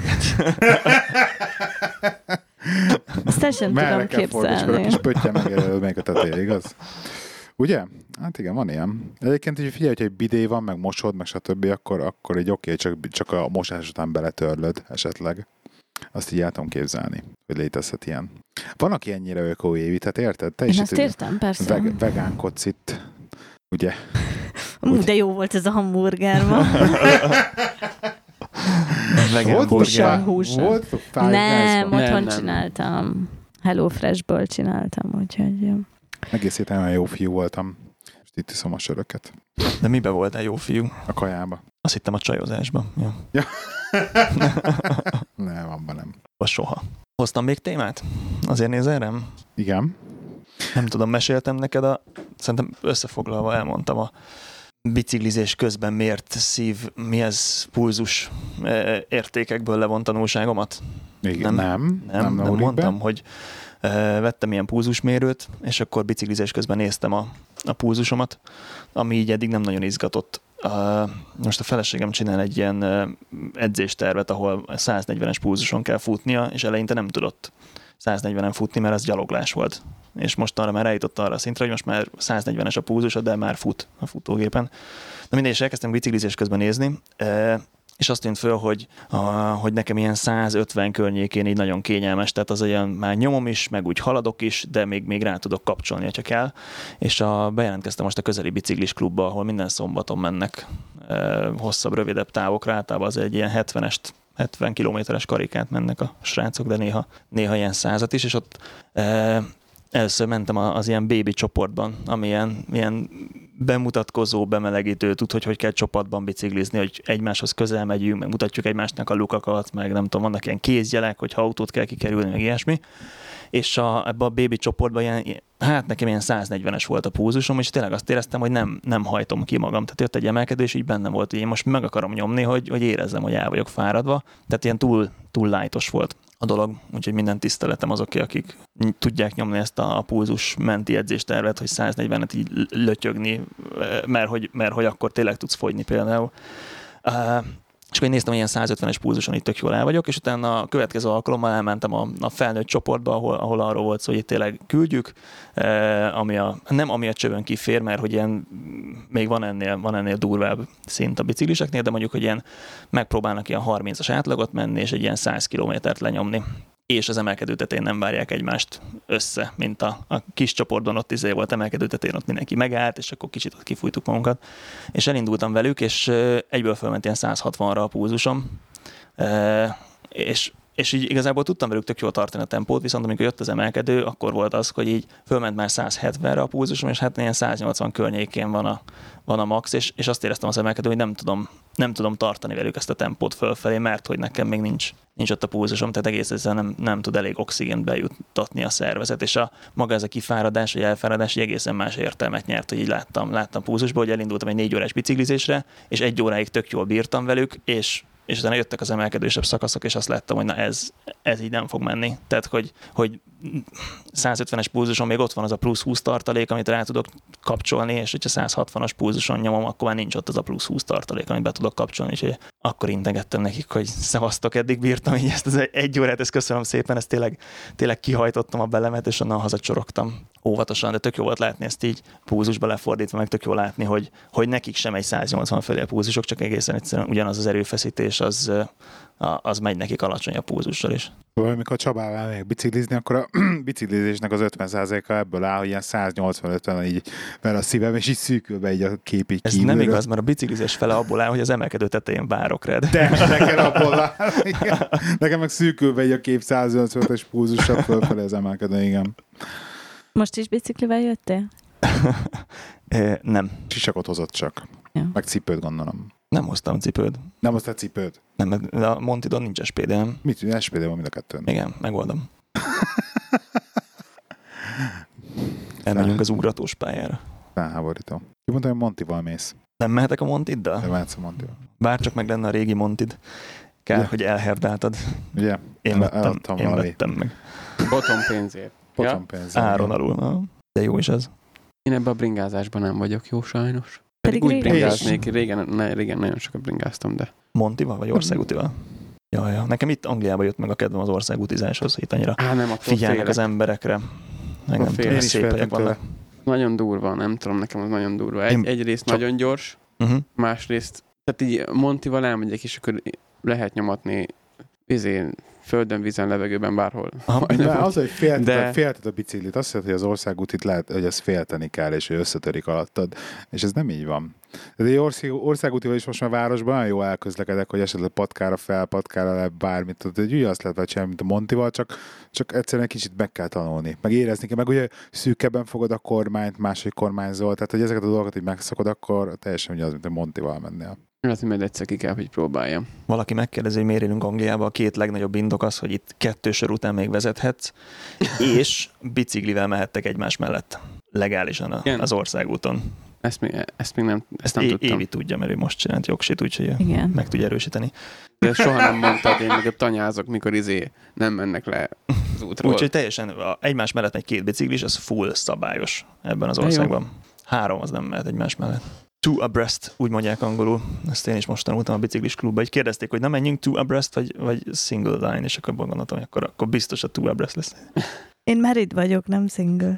Azt el sem Merre tudom kell fordulni, és akkor a képzelni. kis pöttye megerőd meg a tetejére, igaz? Ugye? Hát igen, van ilyen. Egyébként, hogy figyelj, hogy bidé van, meg mosod, meg stb., akkor, akkor így oké, csak, csak a mosás után beletörlöd esetleg. Azt így el tudom képzelni, hogy létezhet ilyen. Van, aki ennyire ökoévített, érted? Te is Én itt azt értem, persze. veg, vegánkodsz itt, ugye? Ú, de jó volt ez a hamburger ma. Vegan Volt burger. hússal, hússal. Volt Five Nem, Guys-ban? otthon nem. csináltam. Hello Freshből csináltam, úgyhogy... jó. Egész héten olyan jó fiú voltam. Most itt iszom a söröket De mibe voltál jó fiú? a kajába. Azt hittem a csajozásba. Ja. Nem, abban nem. Vagy soha. Hoztam még témát? Azért nézel rám? Igen. Nem tudom, meséltem neked a... Szerintem összefoglalva elmondtam a biciklizés közben mért szív, mi ez, pulzus eh, értékekből levont tanulságomat? Igen. Nem. Nem. Nem, nem, nem ugrik be. mondtam, hogy Vettem ilyen pulzusmérőt, és akkor biciklizés közben néztem a, a pulzusomat, ami így eddig nem nagyon izgatott. Most a feleségem csinál egy ilyen edzéstervet, ahol száznegyvenes pulzuson kell futnia, és eleinte nem tudott száznegyvenen futni, mert az gyaloglás volt. És most arra már eljutott arra a szintre, hogy most már száznegyvenes a pulzusa, de már fut a futógépen. Na mindegy, és elkezdtem biciklizés közben nézni, és azt tűnt föl, hogy, a, hogy nekem ilyen százötven környékén így nagyon kényelmes, tehát az olyan már nyomom is, meg úgy haladok is, de még, még rá tudok kapcsolni, ha kell. És a, bejelentkeztem most a közeli biciklis klubba, ahol minden szombaton mennek e, hosszabb, rövidebb távokra, általában az egy ilyen hetvenest, hetven kilométeres karikát mennek a srácok, de néha, néha ilyen százat is, és ott e, először mentem az ilyen baby csoportban, ami ilyen, ilyen bemutatkozó, bemelegítő, tud, hogy hogy kell csapatban biciklizni, hogy egymáshoz közel megyünk, meg mutatjuk egymásnak a lukakat, meg nem tudom, vannak ilyen kézjelek, hogy ha autót kell kikerülni, meg ilyesmi. És a, ebbe a baby csoportban ilyen, hát nekem ilyen száznegyvenes volt a pulzusom, és tényleg azt éreztem, hogy nem, nem hajtom ki magam. Tehát jött egy emelkedő, és így bennem volt, hogy én most meg akarom nyomni, hogy, hogy érezzem, hogy el vagyok fáradva. Tehát ilyen túl, túl lightos volt a dolog, úgyhogy minden tiszteletem azoké, akik tudják nyomni ezt a pulzus menti edzéstervet, hogy száznegyvenet így lötyögni, mert hogy, mert hogy akkor tényleg tudsz fogyni például. És akkor én néztem, hogy ilyen százötvenes pulzuson itt tök jól el vagyok, és utána a következő alkalommal elmentem a, a felnőtt csoportba, ahol, ahol arról volt szó, hogy itt tényleg küldjük, eh, ami a, nem ami a csövön kifér, mert hogy ilyen, még van ennél, van ennél durvább szint a bicikliseknél, de mondjuk, hogy ilyen megpróbálnak ilyen harmincas átlagot menni, és egy ilyen száz kilométert lenyomni. És az emelkedő tetején nem várják egymást össze, mint a, a kis csoportban ott izé volt emelkedő tetején, ott mindenki megállt, és akkor kicsit ott kifújtuk magunkat. És elindultam velük, és egyből fölment ilyen száz hatvanra a pulzusom, és, és így igazából tudtam velük tök jól tartani a tempót, viszont amikor jött az emelkedő, akkor volt az, hogy így fölment már száz hetvenre a pulzusom, és hát ilyen száz nyolcvan környékén van a, van a max, és, és azt éreztem az emelkedő, hogy nem tudom, nem tudom tartani velük ezt a tempót fölfelé, mert hogy nekem még nincs, nincs ott a pulzusom, tehát egész ezzel nem, nem tud elég oxigént bejuttatni a szervezet, és a maga ez a kifáradás, vagy elfáradás egészen más értelmet nyert, hogy így láttam, láttam pulzusból, hogy elindultam egy négy órás biciklizésre, és egy óráig tök jól bírtam velük, és és utána jöttek az emelkedősebb szakaszok, és azt láttam, hogy na ez, ez így nem fog menni. Tehát, hogy, hogy százötvenes pulzuson még ott van az a plusz húsz tartalék, amit rá tudok kapcsolni, és hogyha száz hatvanas pulzuson nyomom, akkor már nincs ott az a plusz húsz tartalék, amit be tudok kapcsolni, és akkor integettem nekik, hogy szevasztok, eddig bírtam így ezt az egy órát, ezt köszönöm szépen, ezt tényleg, tényleg kihajtottam a belemet, és onnan hazacsorogtam óvatosan, de tök jó volt látni ezt így pulzusba lefordítva, meg tök jó látni, hogy, hogy nekik sem egy száz nyolcvan felé a pulzusok, csak egészen egyszerűen ugyanaz az erőfeszítés, az, az megy nekik alacsonyabb pulzussal is. Amikor Csabával megyek biciklizni, akkor a biciklizésnek az ötven százaléka ebből áll, hogy ilyen száz nyolcvan ötven így, mert a szívem, és így szűkül be így a kép így Ez kívülről. nem igaz, mert a biciklizés fele abból áll, hogy az emelkedő tetején várok rád. De, nekem abból áll. Nekem meg szűkül be így a kép száz nyolcvanas pulzussal fölfelé az emelkedő, igen. Most is biciklivel jöttél? é, nem. Sisakot hozott csak. Ja. Meg cipőt, gondolom. Nem hoztam cipőd. Nem hoztál cipőt? Nem, mert a Montidon nincs es pé dé, nem? Mit? es pé dé van mind a kettőn. Igen, megoldom. Elmegyünk az ugratós pályára. Felháborító. Ki mondta, hogy Montival mész? Nem mehetek a Montiddal? De mehetsz a Montival. Bár csak meg lenne a régi Montid. Kár, Ugye? hogy elherdáltad. Ugye? Én vettem, én valami. vettem meg. Boton pénzért. Pocson pénzzel. Áron alul. Na, de jó is ez. Én ebben a bringázásban nem vagyok jó, sajnos. Pedig Pedig úgy régen bringáznék, régen, ne, régen nagyon sokat bringáztam, de... Montival vagy országútival? Ja, ja. Nekem itt Angliában jött meg a kedvem az országútizáshoz, itt annyira Á, nem, attól figyelnek félek. az emberekre. Meg nem félek. tudom, Én is szép helyek féltem vannak. tőle. Nagyon durva, nem tudom, nekem az nagyon durva. Egy, Én egyrészt csak- nagyon gyors, Uh-huh. másrészt, tehát így Montival elmegyek, és akkor lehet nyomatni izé, földön, vízen, levegőben, bárhol. Aha, Majdnem De úgy. az, hogy félted, De- de... félted a biciklit, azt jelenti, hogy az országútit lehet, hogy ezt félteni kell, és hogy összetörik alattad. És ez nem így van. Tehát egy ország, országútival is most már városban olyan jól elközlekedek, hogy esetleg patkára fel, patkára le, bármit. Tehát egy ugyanazt lehet csinálni, mint a Montival, csak, csak egyszerűen egy kicsit meg kell tanulni. Meg érezni kell, meg ugye szűkebben fogod a kormányt, máshogy kormányzol, tehát hogy ezeket a dolgokat így megszakod, akkor teljesen ugyanaz, mint a Montival mennél. Hát, hogy majd egyszer ki kell, hogy próbáljam. Valaki megkérdezi, hogy miért élünk Angliában, a két legnagyobb indok az, hogy itt kettő sor után még vezethetsz, és biciklivel mehettek egymás mellett. Legálisan a, Igen. az országúton. Ezt még, ezt még nem, ezt Ezt nem é- tudtam. Évi tudja, mert ő most csinált jogsit, úgyhogy Igen. meg tudja erősíteni. De ezt soha nem mondtad, én meg ott tanyázok, mikor izé nem mennek le az útról. Úgyhogy teljesen a egymás mellett egy két biciklis, ez full szabályos ebben az országban. Három az nem mehet egymás mellett. Two abreast, úgy mondják angolul. Ezt én is most tanultam a biciklis klubba. Így kérdezték, hogy na menjünk two abreast, vagy, vagy single line, és akkor gondoltam, hogy akkor, akkor biztos a two abreast lesz. Én married vagyok, nem single.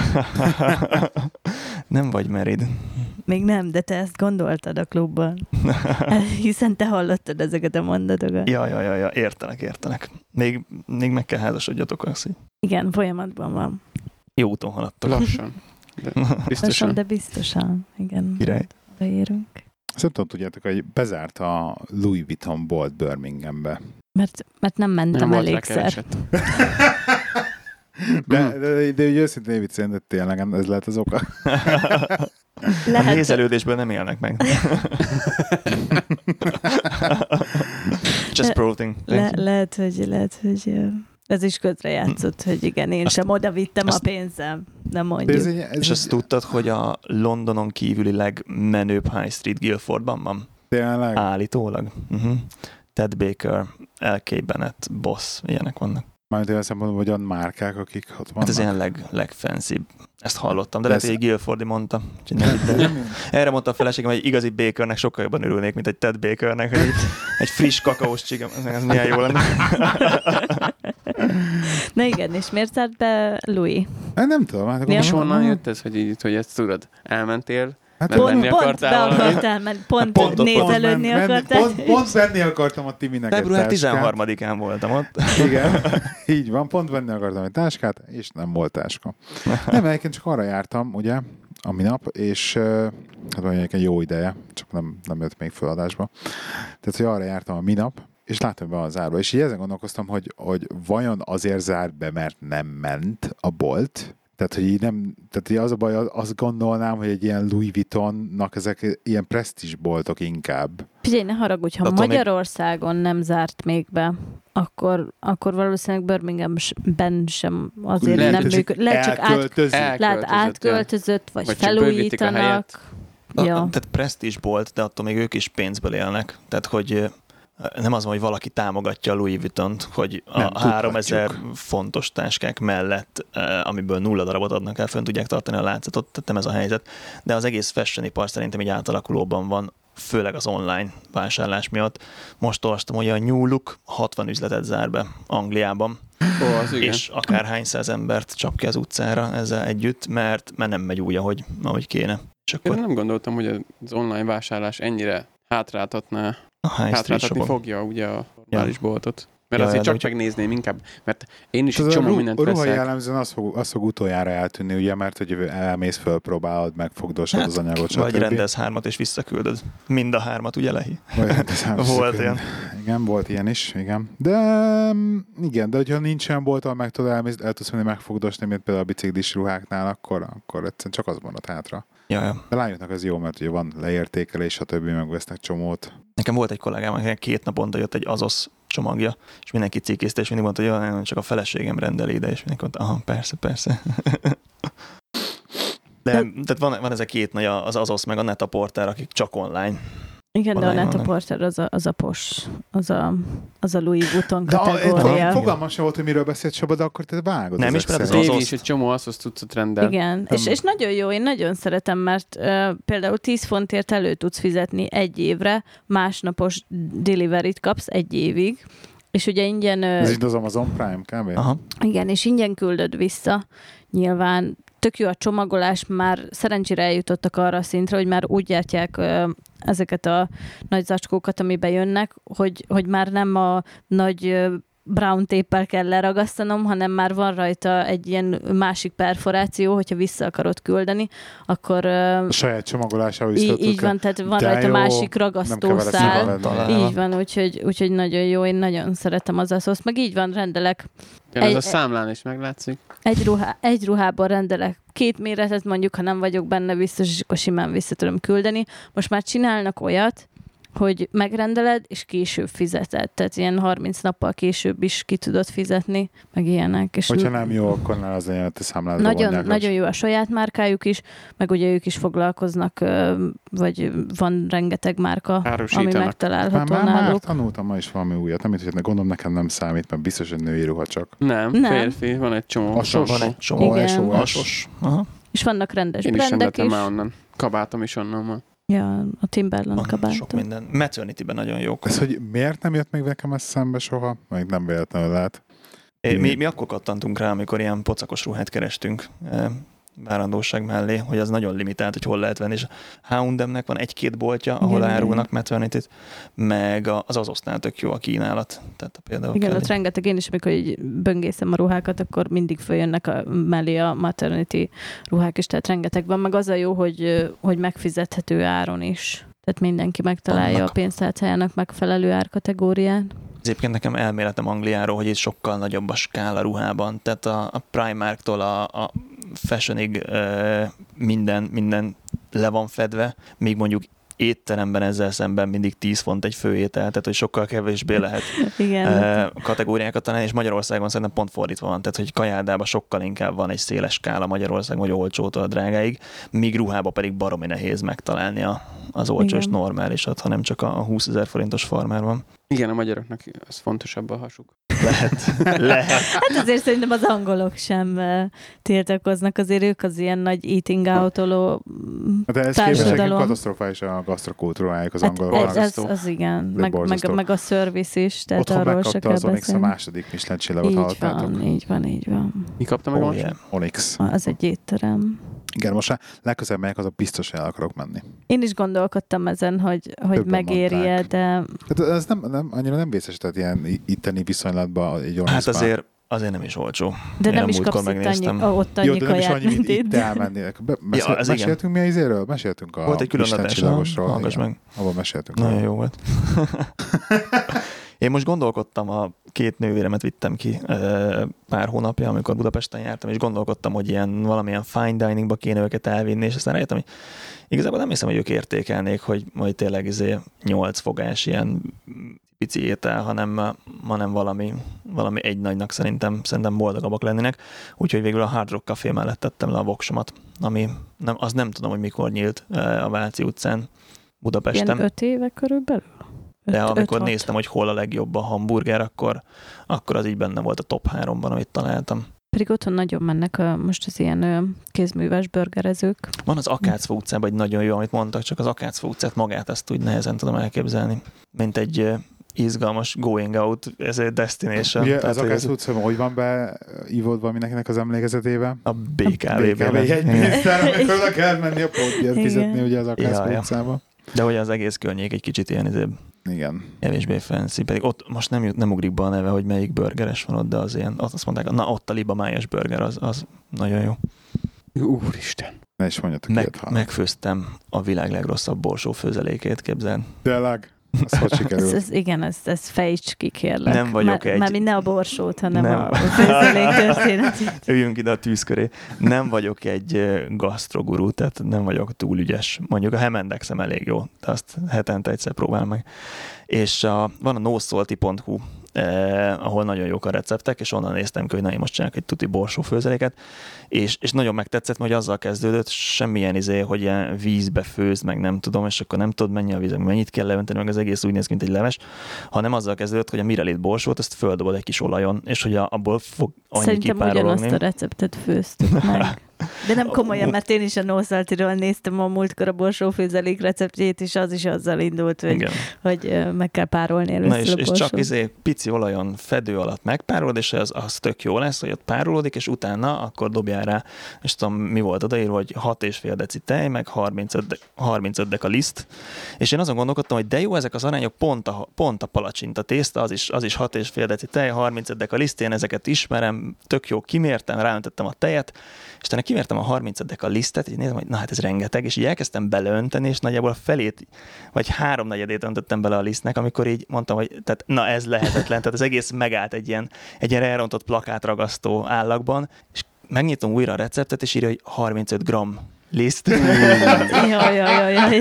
Nem vagy married. Még nem, de te ezt gondoltad a klubban. Hiszen te hallottad ezeket a mondatokat. Ja, ja, ja, ja, értelek, értelek. Még, még meg kell házasodjatok, az, hogy Igen, folyamatban van. jó úton haladtok. Lassan. De biztosan. Lassan, de biztosan. Igen. Király. Beérünk. Szerintem tudjátok, hogy bezárt a Louis Vuitton bolt Birminghambe. Mert, mert nem mentem Nem volt rá elégszer. kereset. De, de, de úgy őszintén viccelni, de tényleg ez lehet az oka. A Lehet, nézelődésből nem élnek meg. Just protein. le, lehet, hogy, lehet, hogy ö, ez is közre játszott, hogy igen, én Azt- sem oda vittem a azt- pénzem. Nem De ez mondjuk. egy, ez És azt tudtad, hogy a Londonon kívüli legmenőbb High Street Guildfordban van? tényleg. Állítólag. Uh-huh. Ted Baker, el ká. Bennett, Boss, ilyenek vannak. Mármint olyan szempontból, hogy olyan márkák, akik ott vannak. Hát ez ilyen leg, legfancybb. Ezt hallottam, de De lehet, ez- hogy egy Guilfordi mondta. Úgyhogy nem viccelj. Erre mondta a feleségem, hogy egy igazi Bakernek sokkal jobban örülnék, mint egy Ted Bakernek, hogy egy, egy friss kakaós csigam. Ez, ez milyen jó lenne. Na igen, és miért zárt be Louis? Hát nem tudom. Hát akkor Ja. És most- honnan jött ez, hogy így, hogy ezt tudod? Elmentél? Hát Mert pont, venni Pont, pont akartál be valamit? akartál, mert pont, Pont ott nézelődni pont, akartál. pont, pont venni akartam a Timinek egy Február táskát. tizenharmadikán voltam ott. Igen, így van, pont venni akartam egy táskát, és nem volt táska. Nem, egyébként csak arra jártam, ugye, a minap, és uh, hát mondjuk egy jó ideje, csak nem, nem jött még föladásba. Tehát, hogy arra jártam a minap, és láttam be a zárba. És így ezen gondolkoztam, hogy, hogy vajon azért zárt be, mert nem ment a bolt. Tehát, hogy így nem, tehát így az a baj, azt gondolnám, hogy egy ilyen Louis Vuittonnak ezek ilyen presztízs boltok inkább. Figyelj, ne haragudj, ha Attól még- Magyarországon nem zárt még be, akkor, akkor valószínűleg Birminghamben sem azért Lehet, nem hogy működik. Lehet csak át, elköltözik. lehet Elköltözött, átköltözött, vagy, Vagy csak bővítik a felújítanak. helyet. A, Ja. Tehát presztízs bolt, de attól még ők is pénzből élnek. Tehát, hogy ö, nem az van, hogy valaki támogatja a Louis Vuittont, hogy a Nem, háromezer tudhatjuk. fontos táskák mellett, eh, amiből nulla darabot adnak el, fönn tudják tartani a látszatot, tehát nem ez a helyzet. De az egész fashion ipar szerintem így átalakulóban van, főleg az online vásárlás miatt. Most olvastam, hogy a New Look hatvan üzletet zár be Angliában, Ó, az igen. és akárhány száz embert csap ki az utcára ezzel együtt, mert, mert nem megy úgy, ahogy, ahogy kéne. És Én akkor nem gondoltam, hogy az online vásárlás ennyire hátráltatná, a high street hátráltatni shopok. fogja ugye a normális boltot. Mert Ja, azért de csak úgy- megnézném inkább, mert én is Ez egy a csomó ru- mindent ruha veszek. jellemzően az fog, az fog utoljára eltűnni, ugye, mert hogy elmész, fölpróbálod, megfogdosod Hát, az anyagot, Vagy stb. rendelsz hármat és visszaküldöd. Mind a hármat, ugye Lehi? Vagy rendez Volt visszaküld. ilyen. Igen, volt ilyen is, igen. De mm, igen, de hogyha nincs olyan bolt, ahol meg tudod elmész, el tudsz menni megfogdosni, mint például a biciklis ruháknál, akkor, akkor egyszerűen csak az marad hátra. Ja, ja. De lányoknak ez jó, mert ugye van leértékelés, stb. Megvesznek csomót. Nekem volt egy kollégám, akinek két naponta jött egy Azos csomagja, és mindenki cikézte, és mindig mondta, hogy ja, csak a feleségem rendel ide, és mindenki mondta, aha, persze, persze. De, tehát van, van ez a két nagy, az Azos meg a Net-a-Porter, akik csak online. Igen, de a Online vannak. Net-a-Porter az a, az a pos, az a, az a Louis Vuitton De a, kategória. fogalmam sem volt, hogy miről beszélt Csaba, de akkor te vágod. Nem ezek ismered az szerint. Dévi Azoszt. is egy csomó Asos cuccot rendel. Igen, és, és nagyon jó, én nagyon szeretem, mert uh, például tíz fontért elő tudsz fizetni egy évre, másnapos deliveryt kapsz egy évig, és ugye ingyen... Uh, Ez így az Amazon Prime kb. Aha. igen, és ingyen küldöd vissza. Nyilván tök jó a csomagolás, már szerencsére eljutottak arra a szintre, hogy már úgy gyártják ö, ezeket a nagy zacskókat, amiben jönnek, hogy, hogy már nem a nagy ö, brown téppel kell leragasztanom, hanem már van rajta egy ilyen másik perforáció, hogyha vissza akarod küldeni, akkor ö, A saját csomagolásával is így, tudod így kell. van, tehát van De rajta jó, másik nem kell vele ragasztószál. szívvel Talán. venni. Így van, úgyhogy, úgyhogy nagyon jó, én nagyon szeretem az Asos, meg így van, rendelek Ja, ez Egy- a számlán is meglátszik. Egy, ruhá, egy ruhából rendelek két méretet, mondjuk, ha nem vagyok benne biztos, és akkor simán vissza tudom küldeni. Most már csinálnak olyat, hogy megrendeled, és később fizeted. Tehát ilyen harminc nappal később is ki tudod fizetni, meg ilyenek. És hogyha nem jó, akkor ne az legyen, te számládra nagyon, nagyon jó a saját márkájuk is, meg ugye ők is foglalkoznak, vagy van rengeteg márka, ami megtalálható már, már, náluk. Már tanultam ma is valami újat, nem hogy gondolom nekem nem számít, mert biztos, hogy női ruha csak. Nem, nem. férfi, van egy csomó. A sos. Van egy csomó. Igen. A sos. Aha. És vannak rendes Én is brandek rendeltem is. már onnan. Kabátom is onnan van. Ja, a Timberland Van kabátom. sok minden. Maternity-ben nagyon jók. Ez, hogy miért nem jött még nekem ez szembe soha? Még nem véletlenül lehet. É, mi, mi akkor kattantunk rá, amikor ilyen pocakos ruhát kerestünk e, várandóság mellé, hogy az nagyon limitált, hogy hol lehet venni, és a há és em-nek van egy-két boltja, ahol igen, árulnak maternity-t, meg az Azosnál tök jó a kínálat. Tehát például igen, kell ott egy... rengeteg, én is, amikor így böngészem a ruhákat, akkor mindig följönnek a, mellé a maternity ruhák is, tehát rengeteg van, meg az a jó, hogy, hogy megfizethető áron is. Tehát mindenki megtalálja Annak. a pénztárcájának megfelelő árkategóriát. Egyébként nekem elméletem Angliáról, hogy itt sokkal nagyobb a skála ruhában. Tehát a, a Primarktól a, a fashionig e, minden, minden le van fedve, míg mondjuk étteremben ezzel szemben mindig tíz font egy főétel, tehát hogy sokkal kevésbé lehet Igen. e, kategóriákat találni, és Magyarországon szerintem pont fordítva van, tehát hogy kajádában sokkal inkább van egy széles skála Magyarországon, vagy olcsótól a drágáig, míg ruhába pedig baromi nehéz megtalálni a, az olcsó és normálisat, hanem csak a húszezer forintos farmer van. Igen, a magyaroknak az fontosabb a hasuk. Lehet. Lehet. Hát azért szerintem az angolok sem uh, tiltakoznak, azért ők az ilyen nagy eating out-oló De ez képest társadalom. katasztrofális a gasztrokultúrájuk az Hát angoloknak. ez, ez, az igen, meg, meg, meg a service is, tehát Otthon arról se megkapta kell az Onyx a beszélni. második Michelin csillagot, Így hallottátok? van, így van, így van. Mi kapta meg Oh, most? yeah. Onyx. Az egy étterem. Igen, most már legközelebb megyek, az a biztos, hogy el akarok menni. Én is gondolkodtam ezen, hogy, hogy Többen megéri-e, mondták. de Tehát ez nem, nem, annyira nem vészes, tehát ilyen itteni viszonylatban egy Onyx. Hát azért, azért nem is olcsó. de Én nem a is múltkor kapsz itt annyi, megnéztem. ott annyi Jó, de nem is kaját, annyi, mint mint itt. itt elmenni. Be, mesél, Ja, ez igen. meséltünk mi az izéről? Meséltünk a Volt egy külön Michelin adás, csillagosról. hallgass Igen. meg. Abban meséltünk. Nagyon róla. jó volt. Én most gondolkodtam, a két nővéremet vittem ki pár hónapja, amikor Budapesten jártam, és gondolkodtam, hogy ilyen valamilyen fine diningba kéne őket elvinni, és aztán rájöttem, hogy igazából nem hiszem, hogy ők értékelnék, hogy majd tényleg izé nyolc fogás ilyen pici étel, hanem, hanem valami, valami egy nagynak szerintem, szerintem boldogabbak lennének. Úgyhogy végül a Hard Rock Café mellett tettem le a voksomat, ami nem, az nem tudom, hogy mikor nyílt a Váci utcán Budapesten. Ilyen öt éve körülbelül? De Öt- amikor öt-hat. néztem, hogy hol a legjobb a hamburger, akkor, akkor az így benne volt a top háromban, amit találtam. Pedig otthon nagyon mennek a, most az ilyen ö, kézműves burgerezők. Van az Akácfa utcában egy nagyon jó, amit mondtak, csak az Akácfa utcát magát ezt úgy nehezen tudom elképzelni. Mint egy uh, izgalmas going out, ez egy destination. Ugye Tehát, az hogy akár utcában hogy van beívódva mindenkinek az emlékezetébe? a bé ká bé ká vé-ben. vé jegyminiszter, amikor oda kell menni a pótját Igen. fizetni ugye az Ja, akár ja. utcába. De hogy az egész környék egy kicsit ilyen izé, Igen. kevésbé fancy. Pedig ott most nem, jut, nem ugrik be a neve, hogy melyik burgeres van ott, de az ilyen, ott azt mondták, na ott a libamájas burger, az, az nagyon jó. Úristen. Ne is mondjatok Meg, ilyet, ha. megfőztem a világ legrosszabb borsó főzelékét, képzeld. Tényleg? Az hogy Ez, sikerült? ez, igen, ez, ez fejtsd ki, kérlek. Nem vagyok már, egy- Már mind ne a borsót, hanem Nem. a, a főzelék történetét. Üljünk ide a tűz köré. Nem vagyok egy ö, gasztrogurú, tehát nem vagyok túl ügyes. Mondjuk a Hemendexem elég jó, de azt hetente egyszer próbál meg. És a, van a nosalty pont hu, eh, ahol nagyon jók a receptek, és onnan néztem ki, hogy na, én most csinálok egy tuti borsó főzeléket, és, és nagyon megtetszett, hogy azzal kezdődött, semmilyen izé, hogy ilyen vízbe főz, meg nem tudom, és akkor nem tudod mennyi a víz, meg mennyit kell leönteni, meg az egész úgy néz ki, mint egy leves, hanem azzal kezdődött, hogy a mirelit borsót, ezt földobod egy kis olajon, és hogy a, abból fog annyi Szerintem ugyanazt kipárologni. a receptet főztük meg. De nem komolyan, mert én is a Nószaltiról néztem a múltkor a borsófőzelék receptjét, és az is azzal indult, hogy, Igen. hogy ö, meg kell párolni Na először és, a és borsót. csak izé pici olajon fedő alatt megpárolod, és az, az tök jó lesz, hogy ott párolódik, és utána akkor dobjál rá, és tudom, mi volt odaírva, hogy hat és fél deci tej, meg harmincöt, de, harmincöt deka liszt, és én azon gondolkodtam, hogy de jó, ezek az arányok pont a, pont a palacsinta tészta, az is, az is hat és fél deci tej, harmincöt deka liszt, én ezeket ismerem, tök jó, kimértem, ráöntöttem a tejet, és utána kimértem a harmincöt deka lisztet, és nézem, hogy na hát ez rengeteg, és így elkezdtem beleönteni, és nagyjából a felét, vagy háromnegyedét öntöttem bele a lisztnek, amikor így mondtam, hogy tehát, na ez lehetetlen, tehát az egész megállt egy ilyen, egy ilyen elrontott plakátragasztó állagban, és megnyitom újra a receptet, és írja, hogy harmincöt gramm Liszt. Jaj, jaj, jaj, jaj.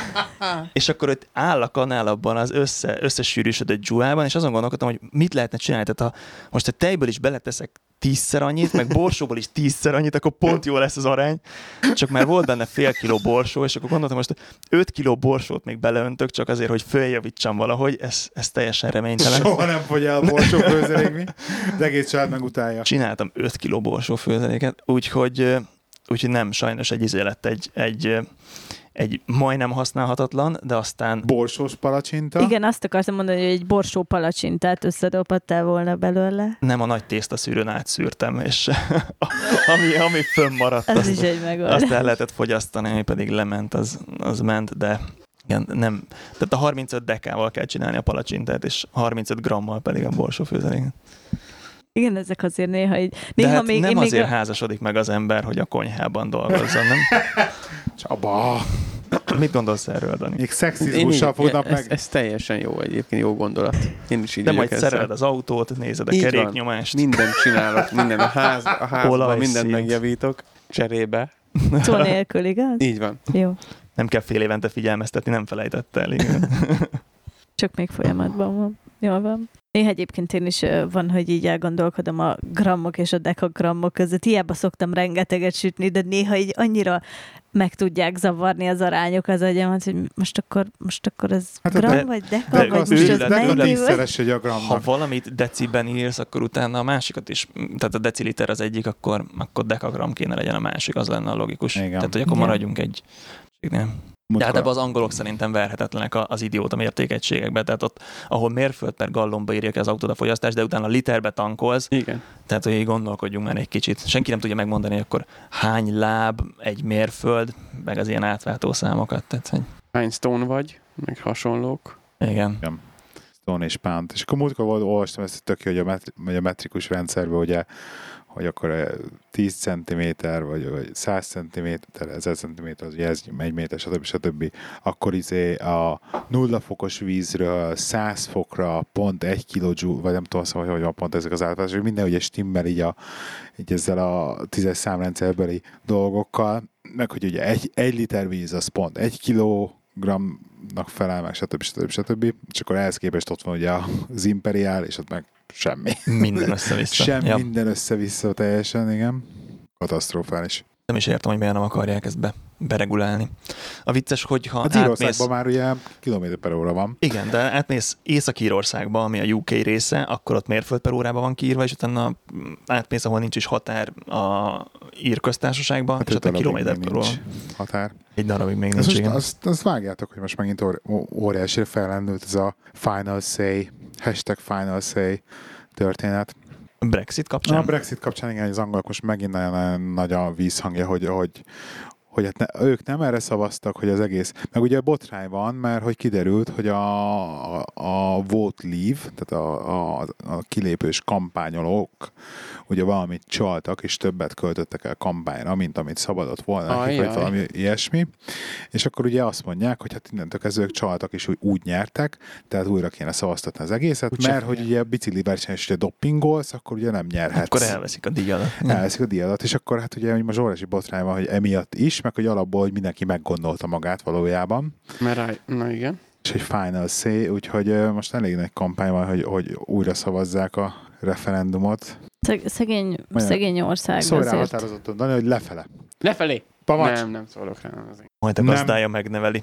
És akkor ott áll a kanál abban az össze, összesűrűsödött dzsuában, és azon gondolkodtam, hogy mit lehetne csinálni. Tehát ha most a tejből is beleteszek tízszer annyit, meg borsóból is tízszer annyit, akkor pont jó lesz az arány. Csak már volt benne fél kiló borsó, és akkor gondoltam, most öt kiló borsót még beleöntök, csak azért, hogy följavítsam valahogy. Ez, ez teljesen reménytelen. Soha nem fogy el a borsó főzelék, mi? Az egész család megutálja. Csináltam öt kiló borsó főzeléket, úgyhogy, úgyhogy nem, sajnos egy izé lett egy, egy, egy majdnem használhatatlan, de aztán... Borsós palacsinta. Igen, azt akartam mondani, hogy egy borsó palacsintát összedobhattál volna belőle. Nem, a nagy tésztaszűrőn átszűrtem, és ami, ami fönnmaradt, Ez azt, is egy megoldás. azt el lehetett fogyasztani, ami pedig lement, az, az ment, de igen, nem. Tehát a harmincöt dekával kell csinálni a palacsintát, és harmincöt grammal pedig a borsó főzeléket. Igen, ezek azért néha így... De Néha hát még, nem én még azért a... házasodik meg az ember, hogy a konyhában dolgozzon, nem? Csaba! Mit gondolsz erről, Dani? Még szexizmussal fognak ez, meg. ez teljesen jó egyébként, jó gondolat. Én is így De vagyok majd ezzel. szereled az autót, nézed a Így van. keréknyomást. Mindent csinálok, minden a, ház, a házban Olajszint. mindent megjavítok cserébe. Szó nélkül, igaz? Így van. Jó. Nem kell fél évente figyelmeztetni, nem felejtett el. Igen. Csak még folyamatban van. Jól van. Néha egyébként én is ö, van, hogy így elgondolkodom a grammok és a dekagrammok között. Hiába szoktam rengeteget sütni, de néha így annyira meg tudják zavarni az arányok az agyamat, hogy most akkor, most akkor ez Hát a gram de- vagy deka, de vagy az most ez őrület- mennyi? őrület- vagy- Tízszeres egy a Ha gramnak. valamit deciben írsz, akkor utána a másikat is, tehát a deciliter az egyik, akkor, akkor dekagram kéne legyen a másik, az lenne a logikus. Igen. Tehát, hogy akkor Igen. maradjunk egy... Nem. De hát ebben az angolok szerintem verhetetlenek az idióta mértékegységekben, tehát ott, ahol mérföld per gallonba írja ki az autód a fogyasztást, de utána literbe tankolsz, Igen. tehát hogy így gondolkodjunk már egy kicsit. Senki nem tudja megmondani, hogy akkor hány láb egy mérföld, meg az ilyen átváltó számokat. Tehát, hogy Hány stone vagy, meg hasonlók. igen. Stone és Pound. És akkor múltkor volt, olvastam ezt tök jó, hogy a, metri, hogy a metrikus rendszerben, ugye, hogy akkor eh, tíz centiméter, vagy, vagy száz centiméter, ezer centiméter, az ugye ez egy méter, stb. stb. Akkor izé a nulla fokos vízről száz fokra pont egy kilojoule, vagy nem tudom, szóval, hogy van pont ezek az átváltások, hogy minden ugye stimmel így, a, így ezzel a tízes számrendszerbeli dolgokkal, meg hogy ugye egy, egy liter víz az pont egy kilogramnak felel, meg stb. stb. stb. És akkor ehhez képest ott van ugye az imperiál, és ott meg semmi. Minden össze-vissza. Semmi, Ja. minden össze-vissza teljesen, igen. Katasztrofális. Nem is értem, hogy miért nem akarják ezt be, beregulálni. A vicces, hogyha Hát átmész... Írországban már ugye kilométer per óra van. Igen, de átmész Észak-Írországba, ami a U K része, akkor ott mérföld per órában van kiírva, és utána átmész, ahol nincs is határ a Ír köztársaságban, Hát és öt ott a darabig kilométer még per óra. nincs határ. Egy darabig még Azt, nincs, most, igen. azt, azt vágjátok, hogy most megint óri- óriási fellendült ez a Final Say, hashtag Final Say történet. Brexit Na, kapcsán? a Brexit kapcsán igen, az angolok most megint nagyon nagy a vízhangja, hogy, hogy, hogy hát ne, ők nem erre szavaztak, hogy az egész, meg ugye botrány van, mert hogy kiderült, hogy a, a, a vote leave, tehát a, a, a kilépős kampányolók ugye valamit csaltak, és többet költöttek el kampányra, mint amit szabadott volna, nekik, vagy valami ilyesmi. És akkor ugye azt mondják, hogy hát innentől kezdve ők csaltak, és úgy, úgy nyertek, tehát újra kéne szavaztatni az egészet, Úgy mert sem hogy ugye bicikli verseny, és ugye doppingolsz, akkor ugye nem nyerhetsz. Akkor elveszik a díjadat. Elveszik a díjadat, és akkor hát ugye, hogy most óriási botrány van, hogy emiatt is, meg hogy alapból, hogy mindenki meggondolta magát valójában. Mert rá... Na igen. És egy final say, úgyhogy ö, most elég nagy kampány van, hogy, hogy újra szavazzák a referendumot. Szeg- Szegény, Olyan. szegény ország Szólj rá azért. határozottan, Dani, hogy lefelé. Lefelé! Pamacs! Nem, nem szólok rá. Azért. Majd a Nem. gazdája megneveli.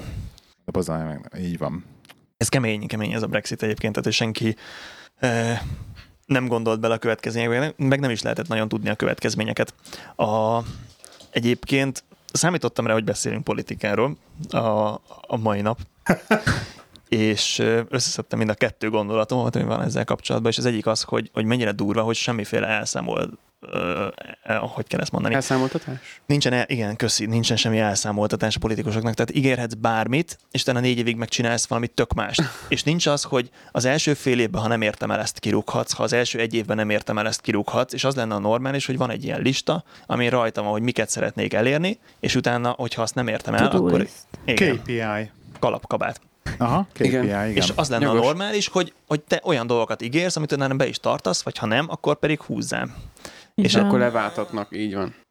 De bazdmeg, meg, így van. Ez kemény, kemény ez a Brexit egyébként, tehát hogy senki eh, nem gondolt bele a következményekbe, meg nem is lehetett nagyon tudni a következményeket. A, egyébként számítottam rá, hogy beszélünk politikáról a, a mai nap, és eh, összeszedtem mind a kettő gondolatomat, ami van ezzel kapcsolatban, és az egyik az, hogy, hogy mennyire durva, hogy semmiféle elszámol, uh, hogy kell ezt mondani. Elszámoltatás? Nincsen, el, igen, köszi, nincsen semmi elszámoltatás a politikusoknak, tehát ígérhetsz bármit, és utána négy évig megcsinálsz valamit tök mást. És nincs az, hogy az első fél évben, ha nem értem el, ezt kirúghatsz, ha az első egy évben nem értem el, ezt kirúghatsz, és az lenne a normális, hogy van egy ilyen lista, ami rajta van, hogy miket szeretnék elérni, és utána, hogyha azt nem értem el, To-do akkor list. igen, ká pé i. kalapkabát. Aha, ká pé i, igen. Igen. igen. És az lenne Jogos. a normális, hogy, hogy te olyan dolgokat ígérsz, amit utána be is tartasz, vagy ha nem, akkor pedig húzzál. És Igen. Akkor leváltatnak, így van.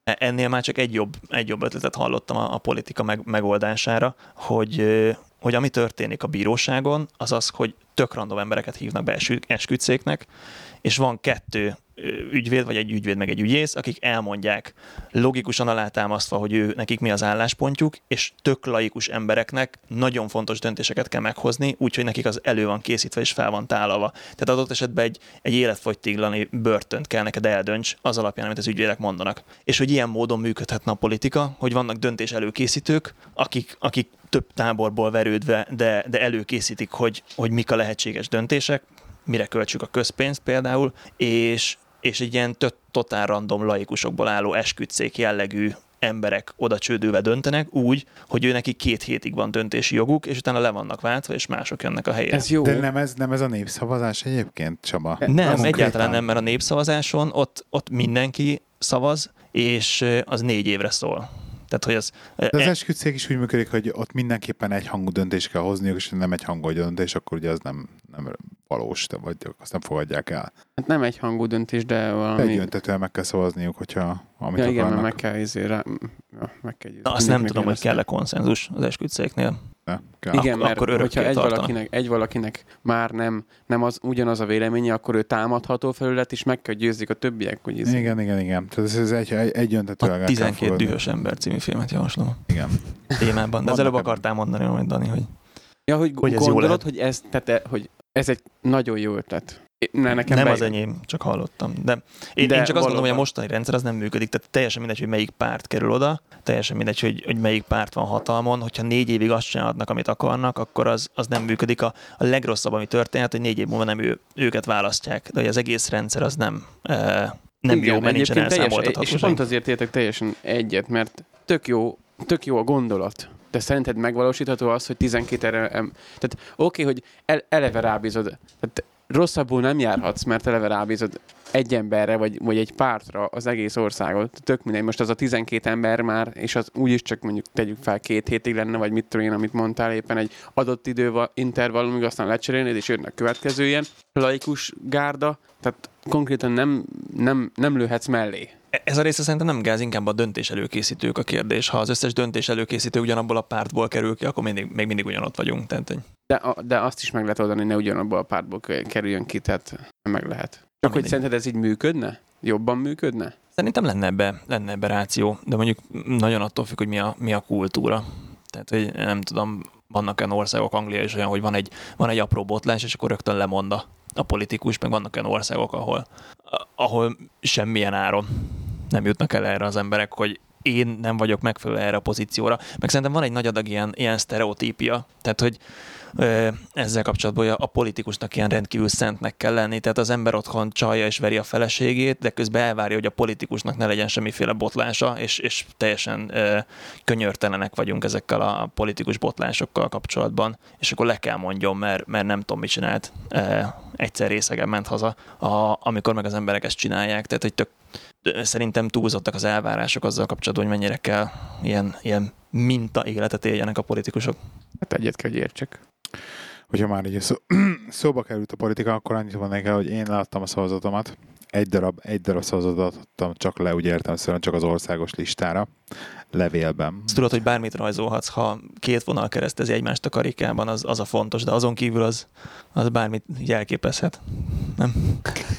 Ennél már csak egy jobb, egy jobb ötletet hallottam a, a politika meg, megoldására, hogy, hogy ami történik a bíróságon, az az, hogy tök random embereket hívnak be esküdtszéknek, és van kettő ügyvéd, vagy egy ügyvéd, meg egy ügyész, akik elmondják logikusan alátámasztva, hogy ő, nekik mi az álláspontjuk, és tök laikus embereknek nagyon fontos döntéseket kell meghozni, úgyhogy nekik az elő van készítve és fel van tálalva. Tehát adott esetben egy, egy életfogytiglani börtönt kell neked eldönts az alapján, amit az ügyvédek mondanak. És hogy ilyen módon működhetne a politika, hogy vannak döntés előkészítők, akik, akik több táborból verődve, de, de előkészítik, hogy, hogy mik a lehetséges döntések, mire költsük a közpénzt például, és, és egy ilyen tök, totál random laikusokból álló esküdtszék jellegű emberek oda csődülve döntenek úgy, hogy ő neki két hétig van döntési joguk, és utána le vannak váltva, és mások jönnek a helyére. Ez jó. De nem ez, nem ez a népszavazás egyébként, Csaba? Nem, Konkrétan. egyáltalán nem, mert a népszavazáson ott, ott mindenki szavaz, és az négy évre szól. Tehát, hogy az, De az esküdtszék is úgy működik, hogy ott mindenképpen egyhangú döntést kell hozniuk, és nem egyhangú a döntés, akkor ugye az nem, nem valós, de vagy azt nem fogadják el. Hát nem egy hangú döntés, de valami... Egyöntetően meg kell szavazniuk, hogyha amit ja, igen, akarnak. mert meg kell izére... Ja, meg kell Na, azt nem tudom, hogy kell-e konszenzus az esküdtszéknél. Kell. Igen, Ak- mert akkor hogyha egy tartanak. valakinek, egy valakinek már nem, nem az, ugyanaz a véleménye, akkor ő támadható felület, és meg kell győzzék a többiek, hogy ez... Igen, igen, igen. Tehát ez, ez egy, egy, egyöntetően A tizenkét dühös ember című filmet javaslom. Igen. Témában. De az Vannak előbb ebben. akartál mondani, majd Dani, hogy Ja, hogy, Hogy ez jó gondolod, lehet. hogy ez, tehát, hogy ez egy nagyon jó ötlet. Ne, nekem nem bejön. az enyém, csak hallottam. De én, De én csak azt gondolom, hogy a valóban. mostani rendszer az nem működik. Tehát teljesen mindegy, hogy melyik párt kerül oda, teljesen mindegy, hogy, hogy melyik párt van hatalmon. Hogyha négy évig azt csinálhatnak, amit akarnak, akkor az, az nem működik. A, a legrosszabb, ami történhet, hogy négy év múlva nem ő, őket választják. De hogy az egész rendszer az nem, e, nem Igen, jó, mert nincsen egyébként teljes- elszámoltathatóság. És pont azért értek teljesen egyet, mert tök jó, tök jó a gondolat. De szerinted megvalósítható az, hogy tizenkét erre... Em, tehát oké, okay, hogy el, eleve rábízod. Tehát rosszabbul nem járhatsz, mert eleve rábízod egy emberre, vagy, vagy egy pártra az egész országot. Tök mindegy. Most az a tizenkét ember már, és az úgyis csak mondjuk tegyük fel két hétig lenne, vagy mit tudom én, amit mondtál éppen egy adott idő intervallumig, aztán lecserélnéd, és jönnek következő ilyen laikus gárda. Tehát konkrétan nem, nem, nem lőhetsz mellé. Ez a része szerintem nem gáz, inkább a döntés előkészítők a kérdés. Ha az összes döntés előkészítő ugyanabból a pártból kerül ki, akkor mindig, még mindig ugyanott vagyunk. Tehát, hogy De, a, de azt is meg lehet oldani, ne ugyanabból a pártból kerüljön ki, tehát meg lehet. Csak hogy mindegy. szerinted ez így működne? Jobban működne? Szerintem lenne ebbe, lenne ebbe ráció, de mondjuk nagyon attól függ, hogy mi a, mi a kultúra. Tehát, hogy nem tudom, vannak olyan országok, Anglia is olyan, hogy van egy, van egy apró botlás, és akkor rögtön lemond a, a politikus, meg vannak olyan országok, ahol, ahol semmilyen áron nem jutnak el erre az emberek, hogy én nem vagyok megfelelő erre a pozícióra. Meg szerintem van egy nagy adag ilyen, ilyen sztereotípia, tehát, hogy ö, ezzel kapcsolatban hogy a, a politikusnak ilyen rendkívül szentnek kell lenni, tehát az ember otthon csalja és veri a feleségét, de közben elvárja, hogy a politikusnak ne legyen semmiféle botlása, és, és teljesen ö, könyörtelenek vagyunk ezekkel a politikus botlásokkal kapcsolatban, és akkor le kell mondjam, mert, mert nem tudom, mit csinált. Ö, egyszer részegen ment haza, a, amikor meg az emberek ezt csinálják, tehát hogy tök szerintem túlzottak az elvárások azzal kapcsolatban, hogy mennyire kell ilyen, ilyen minta életet éljenek a politikusok. Hát egyet kell, hogy értsek. Hogyha már így szó, szóba került a politika, akkor annyit mondanék el, hogy én leadtam a szavazatomat. Egy darab, egy darab szavazatot adtam csak le, úgy értelemszerűen csak az országos listára, levélben. Azt tudod, hogy bármit rajzolhatsz, ha két vonal keresztezi egymást a karikában, az, az a fontos, de azon kívül az, az bármit jelképezhet. Nem?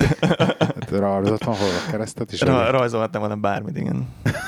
Rajzolt van hol a keresztet is. Ra- rajzolhatnám volna bármit, igen.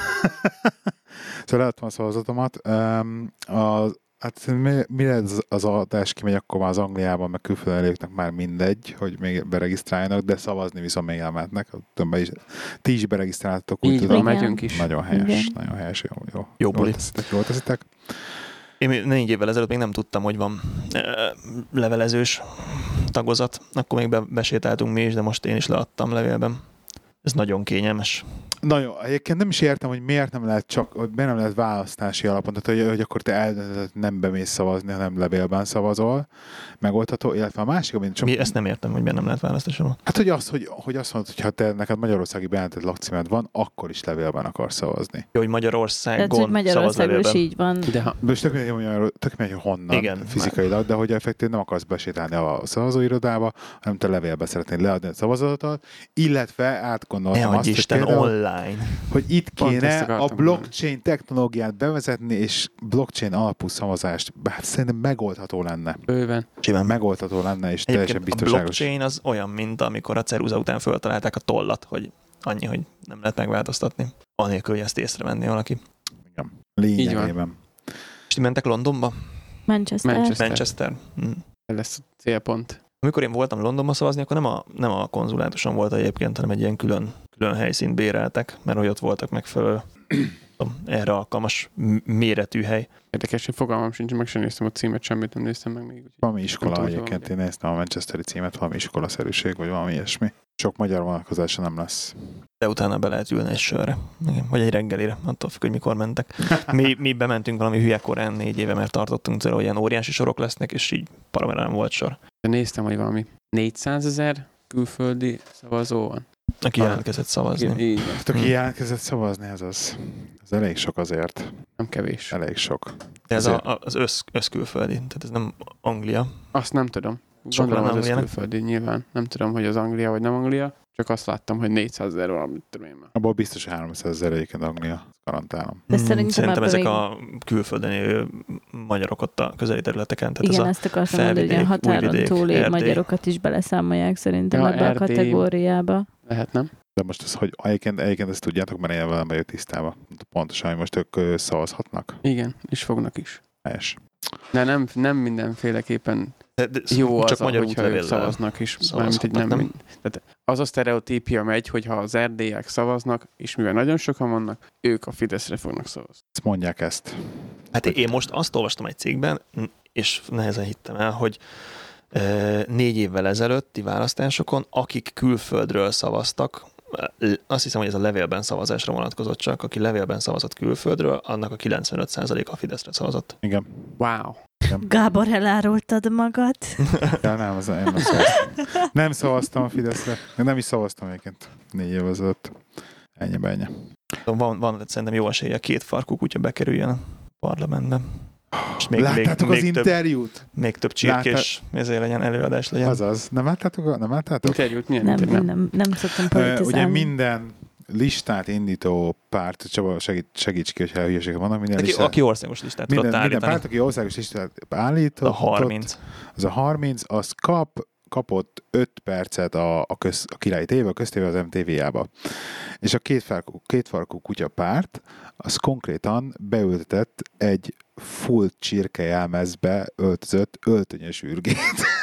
Szóval leadtam a szavazatomat. Um, az, hát mi, mi az, az adás kimegy, akkor már az Angliában, meg külföldön élőknek már mindegy, hogy még beregisztráljanak, de szavazni viszont még elmehetnek. Többen is, ti is beregisztráltatok, úgy Így tudom. van, Igen. megyünk is. Nagyon helyes, Igen. nagyon helyes, jó, jó. Jó buli. Jól teszitek, jól teszitek. Én még négy évvel ezelőtt még nem tudtam, hogy van ö, levelezős tagozat. Akkor még be, besétáltunk mi is, de most én is leadtam levélben. Ez nagyon kényelmes. Na jó, egyébként nem is értem, hogy miért nem lehet csak, hogy miért nem lehet választási alapon, tehát hogy, hogy akkor te eldöntöd, nem bemész szavazni, hanem levélben szavazol, megoldható, illetve a másik, amit csak... Mi, ezt nem értem, hogy miért nem lehet választáson. Hát, hogy az, hogy, hogy azt mondod, hogy ha te neked magyarországi bejelentett lakcímed van, akkor is levélben akarsz szavazni. Jó, hogy Magyarországon Tehát, hogy Magyarországon is szavaz így van. De ha, De most tök mindegy, hogy tök mindegy, hogy honnan Igen. fizikailag, de hogy effektív nem akarsz besétálni a szavazóirodába, hanem te levélbe szeretnéd leadni a szavazatot, illetve Ne átgondoltam adj azt, hogy Isten, például... online Online. hogy itt Pont kéne ezt a akartam blockchain technológiát bevezetni, és blockchain alapú szavazást. Hát szerintem megoldható lenne. Bőven. Simán. Megoldható lenne, és teljesen Egyébként a biztonságos. blockchain az olyan, mint amikor a ceruza után föltalálták a tollat, hogy annyi, hogy nem lehet megváltoztatni. Anélkül, hogy ezt észrevenni valaki. Igen. Lényegében. És ti mentek Londonba? Manchester. Manchester. Manchester? Hm. Ez lesz a célpont. Amikor én voltam Londonba szavazni, akkor nem a, nem a konzulátuson volt egyébként, hanem egy ilyen külön, külön helyszínt béreltek, mert hogy ott voltak megfelelő erre alkalmas méretű hely. Érdekes, hogy fogalmam sincs, meg sem néztem a címet, semmit nem néztem meg még. Valami iskola tudom, egyébként, én néztem a manchesteri címet, valami iskolaszerűség, vagy valami ilyesmi. Sok magyar vonatkozása nem lesz. De utána be lehet ülni egy sörre. Igen. Vagy egy reggelire, attól függ, hogy mikor mentek. Mi, mi bementünk valami hülye korán négy éve, mert tartottunk tőle, hogy ilyen óriási sorok lesznek, és így paramera nem volt sor. De néztem, hogy valami négyszázezer külföldi szavazó van. Aki Ah. jelentkezett szavazni. Így van. Hát aki jelentkezett szavazni, ez az. Ez elég sok azért. Nem kevés. Elég sok. De ez a, az össz, összkülföldi, tehát ez nem Anglia. Azt nem tudom. Sok Gondolom lenne az Angliának? külföldi nyilván. Nem tudom, hogy az Anglia vagy nem Anglia. Csak azt láttam, hogy négyszázezer valamit tudom én már. Abból biztos háromszázezer egyébként Anglia. Garantálom. De Hmm, szerintem szerintem ebben ezek még- a külföldön élő magyarok ott a közeli területeken. Tehát Igen, ez ezt akartam mondani, hogy a felvidék, határon Újvidék, túli Erdély. magyarokat is beleszámolják szerintem Ja, ebbe a Erdély. kategóriába. Lehet, nem? De most ez, hogy egyébként, egyébként ezt tudjátok, mert én velem vagyok tisztában. Pontosan, hogy most ők ö, szavazhatnak. Igen, és fognak is. Helyes. De nem, nem mindenféleképpen de, de, jó az, csak magyar hogyha ők útlevéllel szavaznak is. Mármint, hogy szavazhatnak, nem, nem? Tehát az a sztereotípia megy, hogy ha az erdélyek szavaznak, és mivel nagyon sokan vannak, ők a Fideszre fognak szavazni. Ezt mondják ezt. Hát én most azt olvastam egy cikkben, és nehezen hittem el, hogy e, négy évvel ezelőtti választásokon, akik külföldről szavaztak, azt hiszem, hogy ez a levélben szavazásra vonatkozott csak, aki levélben szavazott külföldről, annak a kilencvenöt százaléka a Fideszre szavazott. Igen. Wow! Gábor, elárultad magad? Ja, nem, az, én nem szavaztam. Nem szavaztam a Fideszre. Nem is szavaztam egyébként négy év ezelőtt. Ennyi, ennyi. Van, van szerintem jó esélye, két farkú kutya bekerüljön a parlamentbe. És még, Láttátok még, az még több, interjút? még több csirkés, ezért legyen előadás legyen. Azaz. Nem láttátok? Nem láttátok? Interjút milyen Nem, interjút? nem, nem, nem szoktam Ö, politizálni. Ugye minden listát indító párt, Csaba, segít, segíts ki, hogyha hülyeségek vannak, minden Aki, listát, aki országos listát minden, tudott minden állítani. párt, aki országos listát állított, A harminc. az a harminc, az kap, kapott öt percet a, a, köz, a királyi tévé, a köztévé az em té vé-jába. És a kétfarkú, kétfarkú kutya párt, az konkrétan beültetett egy full csirkejelmezbe öltözött öltönyös ürgét.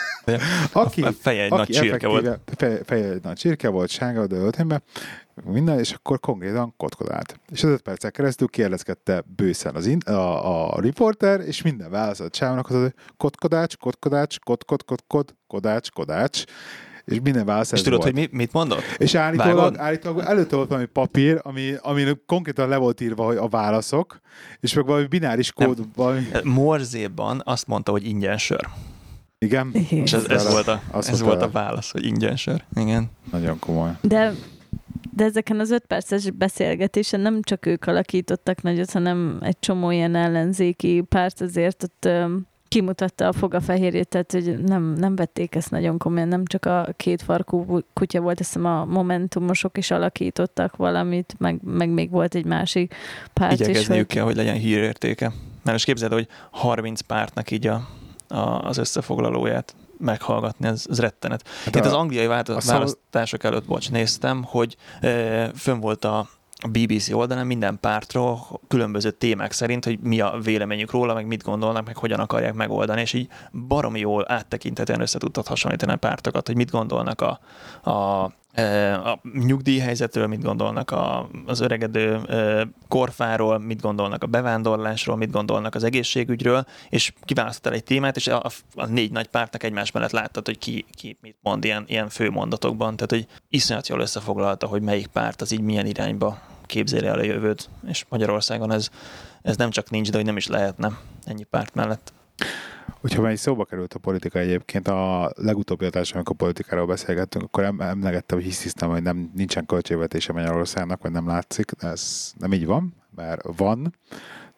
Aki, A feje egy nagy aki csirke volt. effektíve- Feje, feje egy nagy csirke volt, sárga, de öltönybe, minden, és akkor konkrétan kotkodált. És az öt percen keresztül kérdezkedte bőszen az in, a, a riporter, és minden válaszolt Csávonak az, hogy kotkodács, kotkodács, kot, kot, kot, kot, kodács, kodács, és minden válasz És ez tudod, volt. hogy mi, mit mondott? És állítólag, Vágod? állítólag előtte volt valami papír, ami, ami konkrétan le volt írva, hogy a válaszok, és meg valami bináris kód, Nem. valami... Morzéban azt mondta, hogy ingyen sör. Igen? Igen. És ez, ez, volt, a, Az ez volt volt a- a válasz, hogy ingyen sör. Igen. Nagyon komoly. De, de ezeken az öt perces beszélgetésen nem csak ők alakítottak nagyot, hanem egy csomó ilyen ellenzéki párt azért ott öm, kimutatta a fogafehérjét, tehát hogy nem, nem vették ezt nagyon komolyan, nem csak a két farkú kutya volt, azt hiszem a Momentumosok is alakítottak valamit, meg, meg még volt egy másik párt is. Igyekezniük Hogy... kell, hogy legyen hírértéke. Mert most képzeld, hogy harminc pártnak így a, a, az összefoglalóját meghallgatni, ez, ez rettenet. Hát Itt a- az angliai vált- a szava- választások előtt, bocs, néztem, hogy e, fönn volt a a bé bé cé oldalán minden pártról különböző témák szerint, hogy mi a véleményük róla, meg mit gondolnak, meg hogyan akarják megoldani, és így baromi jól áttekinthetően össze tudtad hasonlítani a pártokat, hogy mit gondolnak a, a, a nyugdíjhelyzetről, mit gondolnak a, az öregedő korfáról, mit gondolnak a bevándorlásról, mit gondolnak az egészségügyről, és kiválasztottál egy témát, és a, a négy nagy pártnak egymás mellett láttad, hogy ki, ki mit mond ilyen, ilyen fő mondatokban, tehát hogy iszonyat jól összefoglalta, hogy melyik párt az így milyen irányba képzeli el a jövőt, és Magyarországon ez, ez nem csak nincs, de hogy nem is lehetne ennyi párt mellett. Hogyha már így szóba került a politika egyébként, a legutóbbi adásban, amikor a politikáról beszélgettünk, akkor em- emlegettem, hogy hisztisztem, hogy nem, nincsen költségvetése Magyarországnak, vagy nem látszik. Ez nem így van, mert van.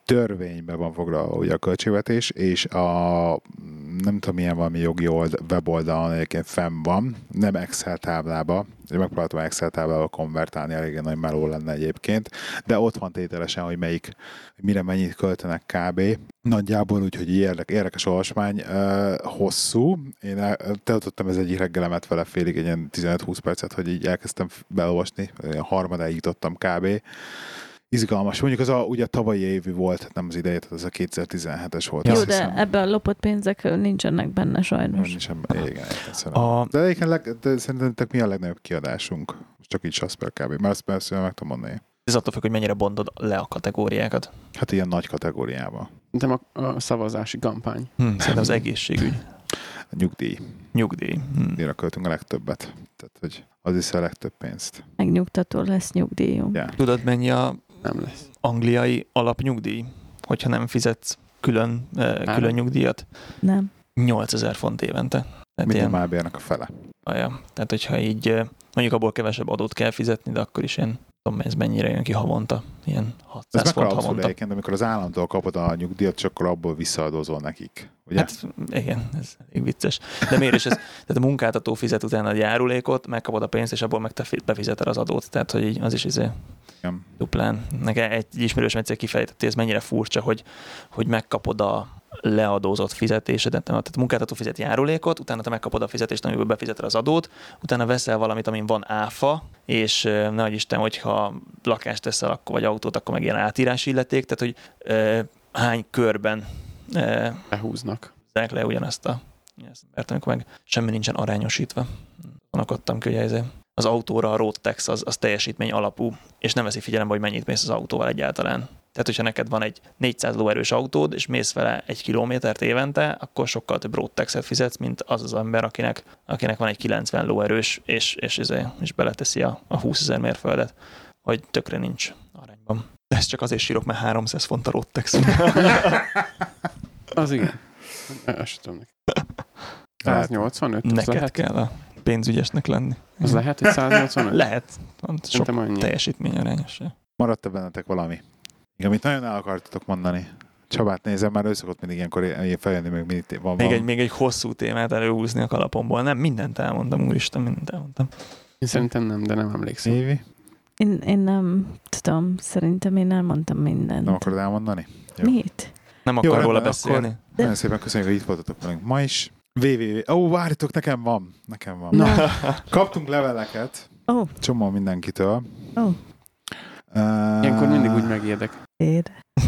törvényben van foglalva ugye a költségvetés, és a nem tudom, milyen valami jogi old, weboldalon egyébként fenn van, nem Excel táblába, én megpróbáltam Excel táblába konvertálni, elég nagy meló lenne egyébként, de ott van tételesen, hogy melyik, mire mennyit költenek kb. Nagyjából úgy, hogy érdekes, érdekes olvasmány, uh, hosszú. Én el, teltottam ez egyik reggelemet vele félig, egy ilyen tizenöt-húsz percet, hogy így elkezdtem beolvasni, harmadáig jutottam kb. Izgalmas. Mondjuk az a, ugye a tavalyi évi volt, nem az idei, tehát az a kétezer-tizenhetes volt. Jó, de ebben a lopott pénzek nincsenek benne sajnos. Nincsen benne, igen. A... De egyébként leg, de szerintetek mi a legnagyobb kiadásunk? Csak így Jasper kb. Mert azt persze meg tudom mondani. Ez attól függ, hogy mennyire bontod le a kategóriákat. Hát ilyen nagy kategóriában. De a, a szavazási kampány. Hm, szerintem az egészségügy. A nyugdíj. Nyugdíj. Hm. Mire költünk a legtöbbet. Tehát, hogy az is a legtöbb pénzt. Megnyugtató lesz nyugdíjunk. Yeah. Tudod, mennyi a Nem lesz. angliai alapnyugdíj, hogyha nem fizetsz külön, eh, külön nyugdíjat? Nem. nyolcezer font évente. Minden mábérnek a fele. Aja. Tehát, hogyha így eh, mondjuk abból kevesebb adót kell fizetni, de akkor is ilyen, tudom, ez mennyire jön ki havonta, ilyen hatszáz ez font havonta. Ez amikor az államtól kapod a nyugdíjat, csak akkor abból visszaadózol nekik. Ugye? Hát igen, ez elég vicces. De miért is ez? Tehát a munkáltató fizet utána a járulékot, megkapod a pénzt, és abból meg te befizeted az adót. Tehát, hogy így az is izé igen. Duplán. Nekem egy ismerős egyszer kifejtett, ez mennyire furcsa, hogy, hogy megkapod a leadózott fizetésedet. Tehát a munkáltató fizet járulékot, utána te megkapod a fizetést, amiből befizeted az adót, utána veszel valamit, amin van áfa, és nehogy Isten, hogyha lakást teszel, akkor, vagy autót, akkor meg ilyen átírási illeték, tehát hogy eh, hány körben eh, Behúznak. le ugyanazt a mert amikor meg semmi nincsen arányosítva. Anakodtam ki, hogy az autóra a road tax az, az teljesítmény alapú, és nem veszi figyelembe, hogy mennyit mész az autóval egyáltalán. Tehát, hogyha neked van egy négyszáz lóerős autód, és mész vele egy kilométert évente, akkor sokkal több road taxet fizetsz, mint az az ember, akinek, akinek van egy kilencven lóerős, és, és, és, és beleteszi a, a húszezer mérföldet, hogy tökre nincs arányban. De ez csak azért sírok, mert háromszáz font a road tax. Az igen. Ezt sem tudom neki. száznyolcvanöt? Neked lehet? kell a pénzügyesnek lenni. Az lehet, hogy száznyolcvanöt? Lehet. Sok annyi. teljesítmény arányos. Maradt-e bennetek valami? Igen, amit nagyon el akartatok mondani. Csabát nézem, már ő szokott mindig ilyenkor feljönni, meg mindig van. Még van. egy, még egy hosszú témát előhúzni a kalapomból. Nem, mindent elmondtam, úristen, mindent elmondtam. Én szerintem nem, de nem emlékszem. Évi? Én, én nem tudom, szerintem én elmondtam mindent. Nem akarod elmondani? Jó. Mit? Nem akar Jó, róla rendben, beszélni. akkor nagyon szépen köszönjük, hogy itt voltatok velünk ma is. www. Ó, oh, várjatok, nekem van. Nekem van. Na. Kaptunk leveleket. Ó. Oh. Csomó mindenkitől. Ó. Oh. Uh, Ilyenkor mindig úgy megijedek. Ér.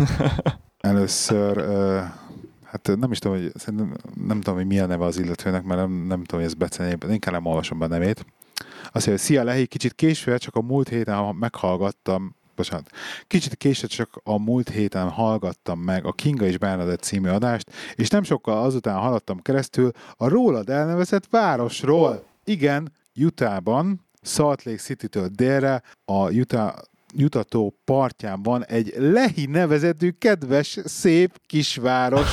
Először, uh, hát nem is tudom, hogy szerintem nem tudom, hogy mi a neve az illetőnek, mert nem, nem tudom, hogy ez becenében, inkább nem olvasom be a nevét. Azt mondja, hogy szia Lehi, kicsit késve, csak a múlt héten meghallgattam, bocsánat, kicsit késve csak a múlt héten hallgattam meg a Kinga és Bernadett című adást, és nem sokkal azután haladtam keresztül a rólad elnevezett városról. Igen, Utahban, Salt Lake City-től délre a Utah Jutató partján van egy Lehi nevezetű kedves, szép kisváros.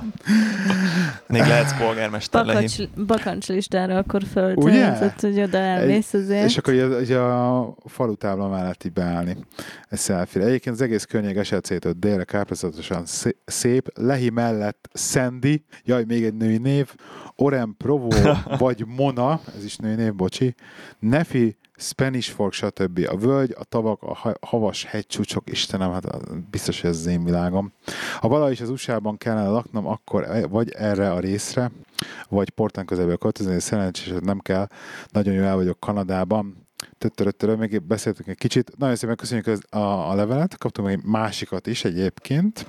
Még lehetsz polgármester Lehi. Bakancs, bakancslistára akkor föltelezett, hogy oda elmész azért. És akkor ugye, ugye a falutábla mellett így beállni egy selfie-re. Egyébként az egész környék es el cé-től délre káprázatosan szép. Lehi mellett Sandy, jaj, még egy női név, Oren Provo vagy Mona, ez is női név, bocsi, Nefi, Spanish Fork, stb. A völgy, a tavak, a havas hegycsúcsok, Istenem, hát biztos, hogy ez az én világom. Ha valahogy is az u es á-ban kellene laknom, akkor vagy erre a részre, vagy Portland közelből költözni, szerencsés, hogy nem kell. Nagyon jó el vagyok Kanadában. Töttöröttörő, még beszéltünk egy kicsit. Nagyon szépen köszönjük az, a, a levelet, kaptunk egy másikat is egyébként.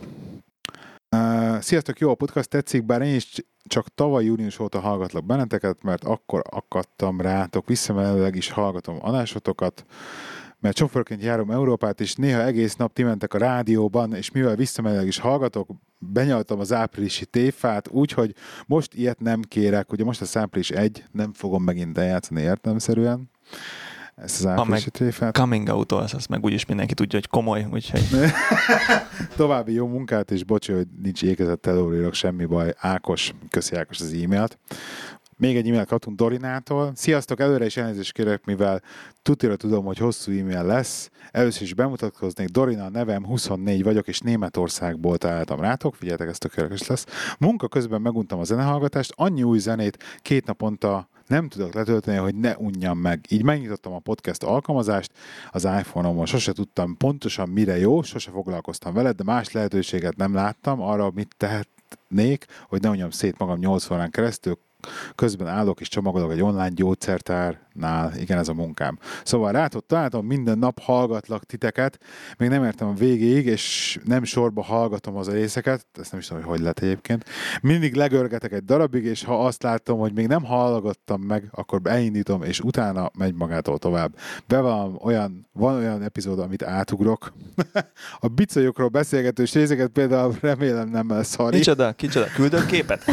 Uh, sziasztok, jó a podcast, tetszik, bár én is csak tavaly június óta hallgatlak benneteket, mert akkor akadtam rátok, visszamenőleg is hallgatom adásotokat, mert csomforként járom Európát, és néha egész nap ti mentek a rádióban, és mivel visszamenőleg is hallgatok, benyaltam az áprilisi téfát, úgyhogy most ilyet nem kérek, ugye most a április egy, nem fogom megint eljátszani értelemszerűen ezt az áprilisi téfát. Coming out-olsz, azt meg úgyis mindenki tudja, hogy komoly, úgyhogy... További jó munkát, és bocsi, hogy nincs ékezett előírok, semmi baj. Ákos, köszi Ákos az e-mailt. Még egy e-mailt kaptunk Dorinától. Sziasztok, előre is elnézést kérek, mivel tutira tudom, hogy hosszú e-mail lesz. Először is bemutatkoznék. Dorina, nevem, huszonnégy vagyok, és Németországból találtam rátok. Figyeljetek, ez tökéletes lesz. Munka közben meguntam a zenehallgatást. Annyi új zenét két naponta nem tudok letölteni, hogy ne unjam meg. Így megnyitottam a podcast alkalmazást az iPhone-omon. Sose tudtam pontosan mire jó, sose foglalkoztam vele, de más lehetőséget nem láttam arra, mit tehetnék, hogy ne unjam szét magam nyolc órán keresztül. Közben állok és csomagolok egy online gyógyszertárnál. Igen, ez a munkám. Szóval rátot találtam, minden nap hallgatlak titeket. Még nem értem a végéig, és nem sorba hallgatom az részeket. Ezt nem is tudom, hogy hogy lett egyébként. Mindig legörgetek egy darabig, és ha azt látom, hogy még nem hallgattam meg, akkor beindítom, és utána megy magától tovább. Bevallam, olyan, van olyan epizód, amit átugrok. A bicajokról beszélgetős részeket például remélem nem elszarni. Kicsoda, kicsoda, küldök képet?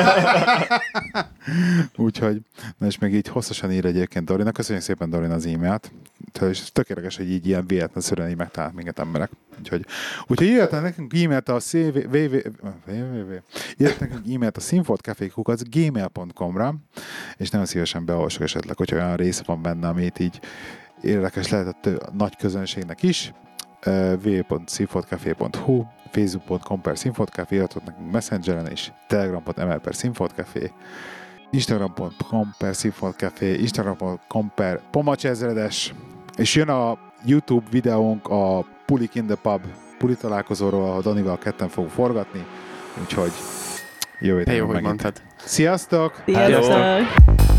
Úgyhogy, na és még így hosszasan ír egyébként Dorina. Köszönjük szépen Dorina az e-mailt. És tökéletes, hogy így ilyen véletlenszerűen így megtalált minket emberek. Úgyhogy, úgyhogy írjátok nekünk e-mailt a írjátok nekünk e-mailt a színfoltcafé kukac gmail pont com-ra, és nagyon szívesen beolvasok esetleg, hogyha olyan rész van benne, amit így érdekes lehetett a nagy közönségnek is. double-u double-u double-u pont színfoltcafé pont hu, facebook pont com per színfoltcafé, írhatok nekünk Messengeren is, telegram pont m l per színfoltcafé, instagram pont com per színfoltcafé, instagram pont com per pomacs ezredes, és jön a YouTube videónk a Pulik in the Pub puli találkozóról, ahol Danival ketten fogunk forgatni, úgyhogy jó héten. Jó, hogy mondtad. Sziasztok! Sziasztok!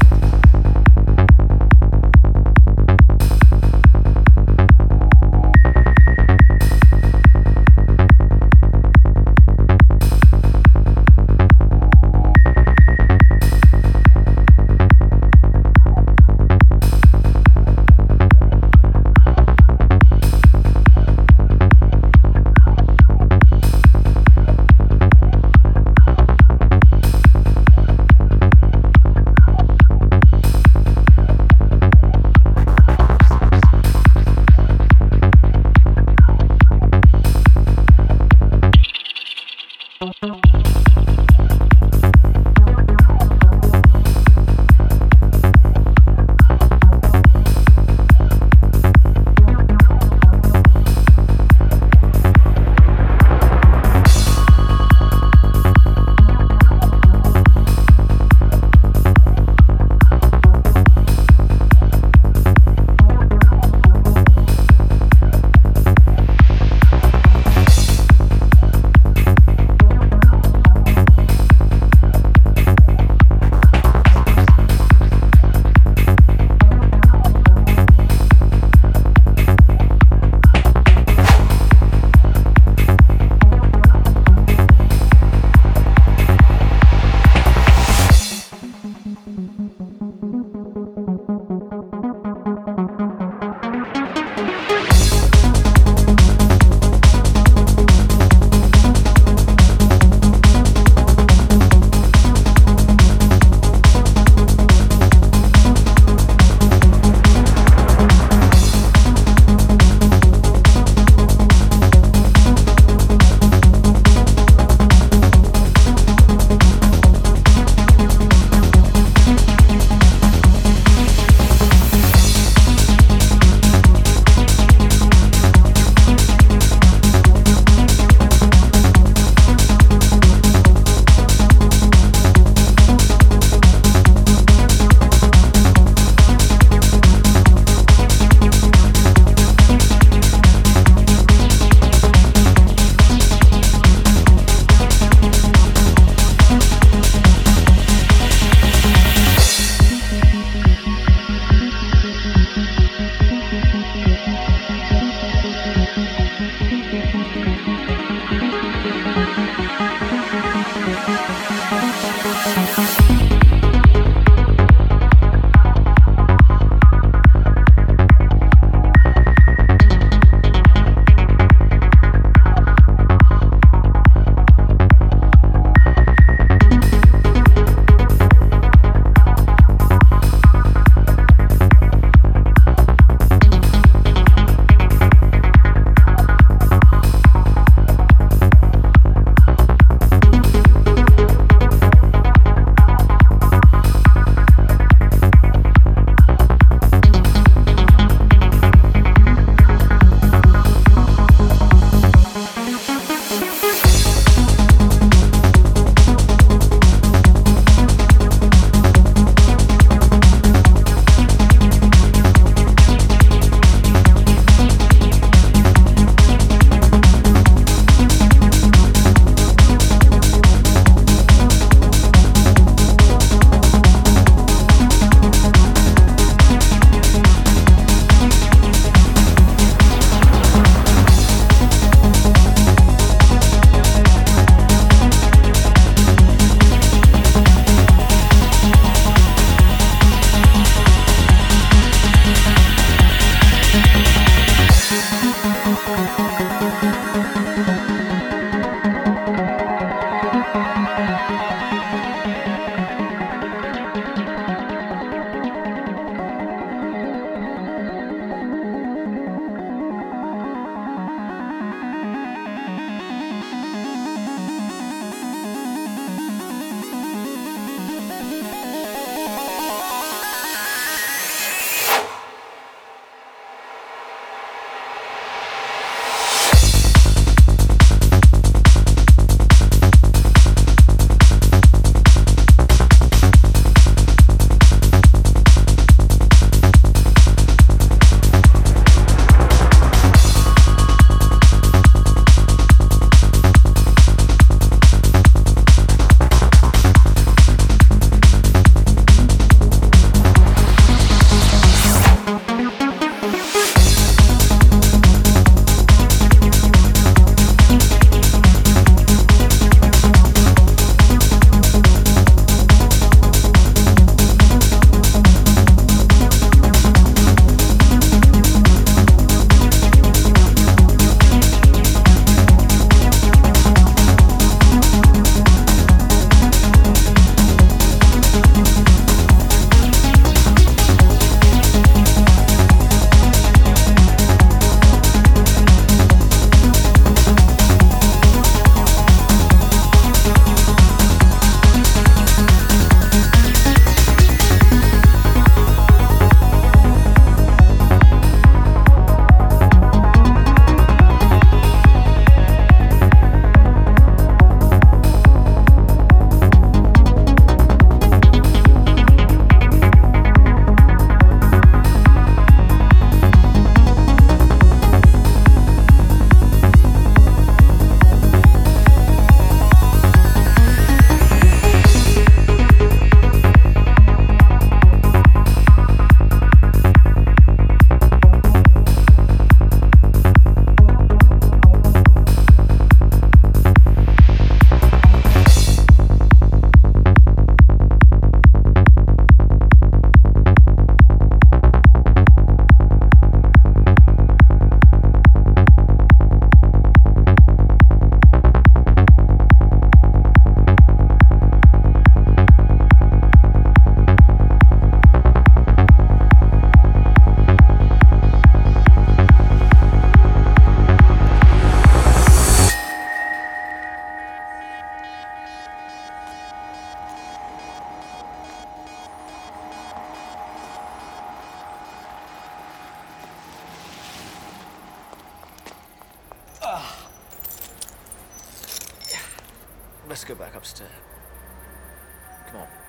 Let's go back upstairs. Come on.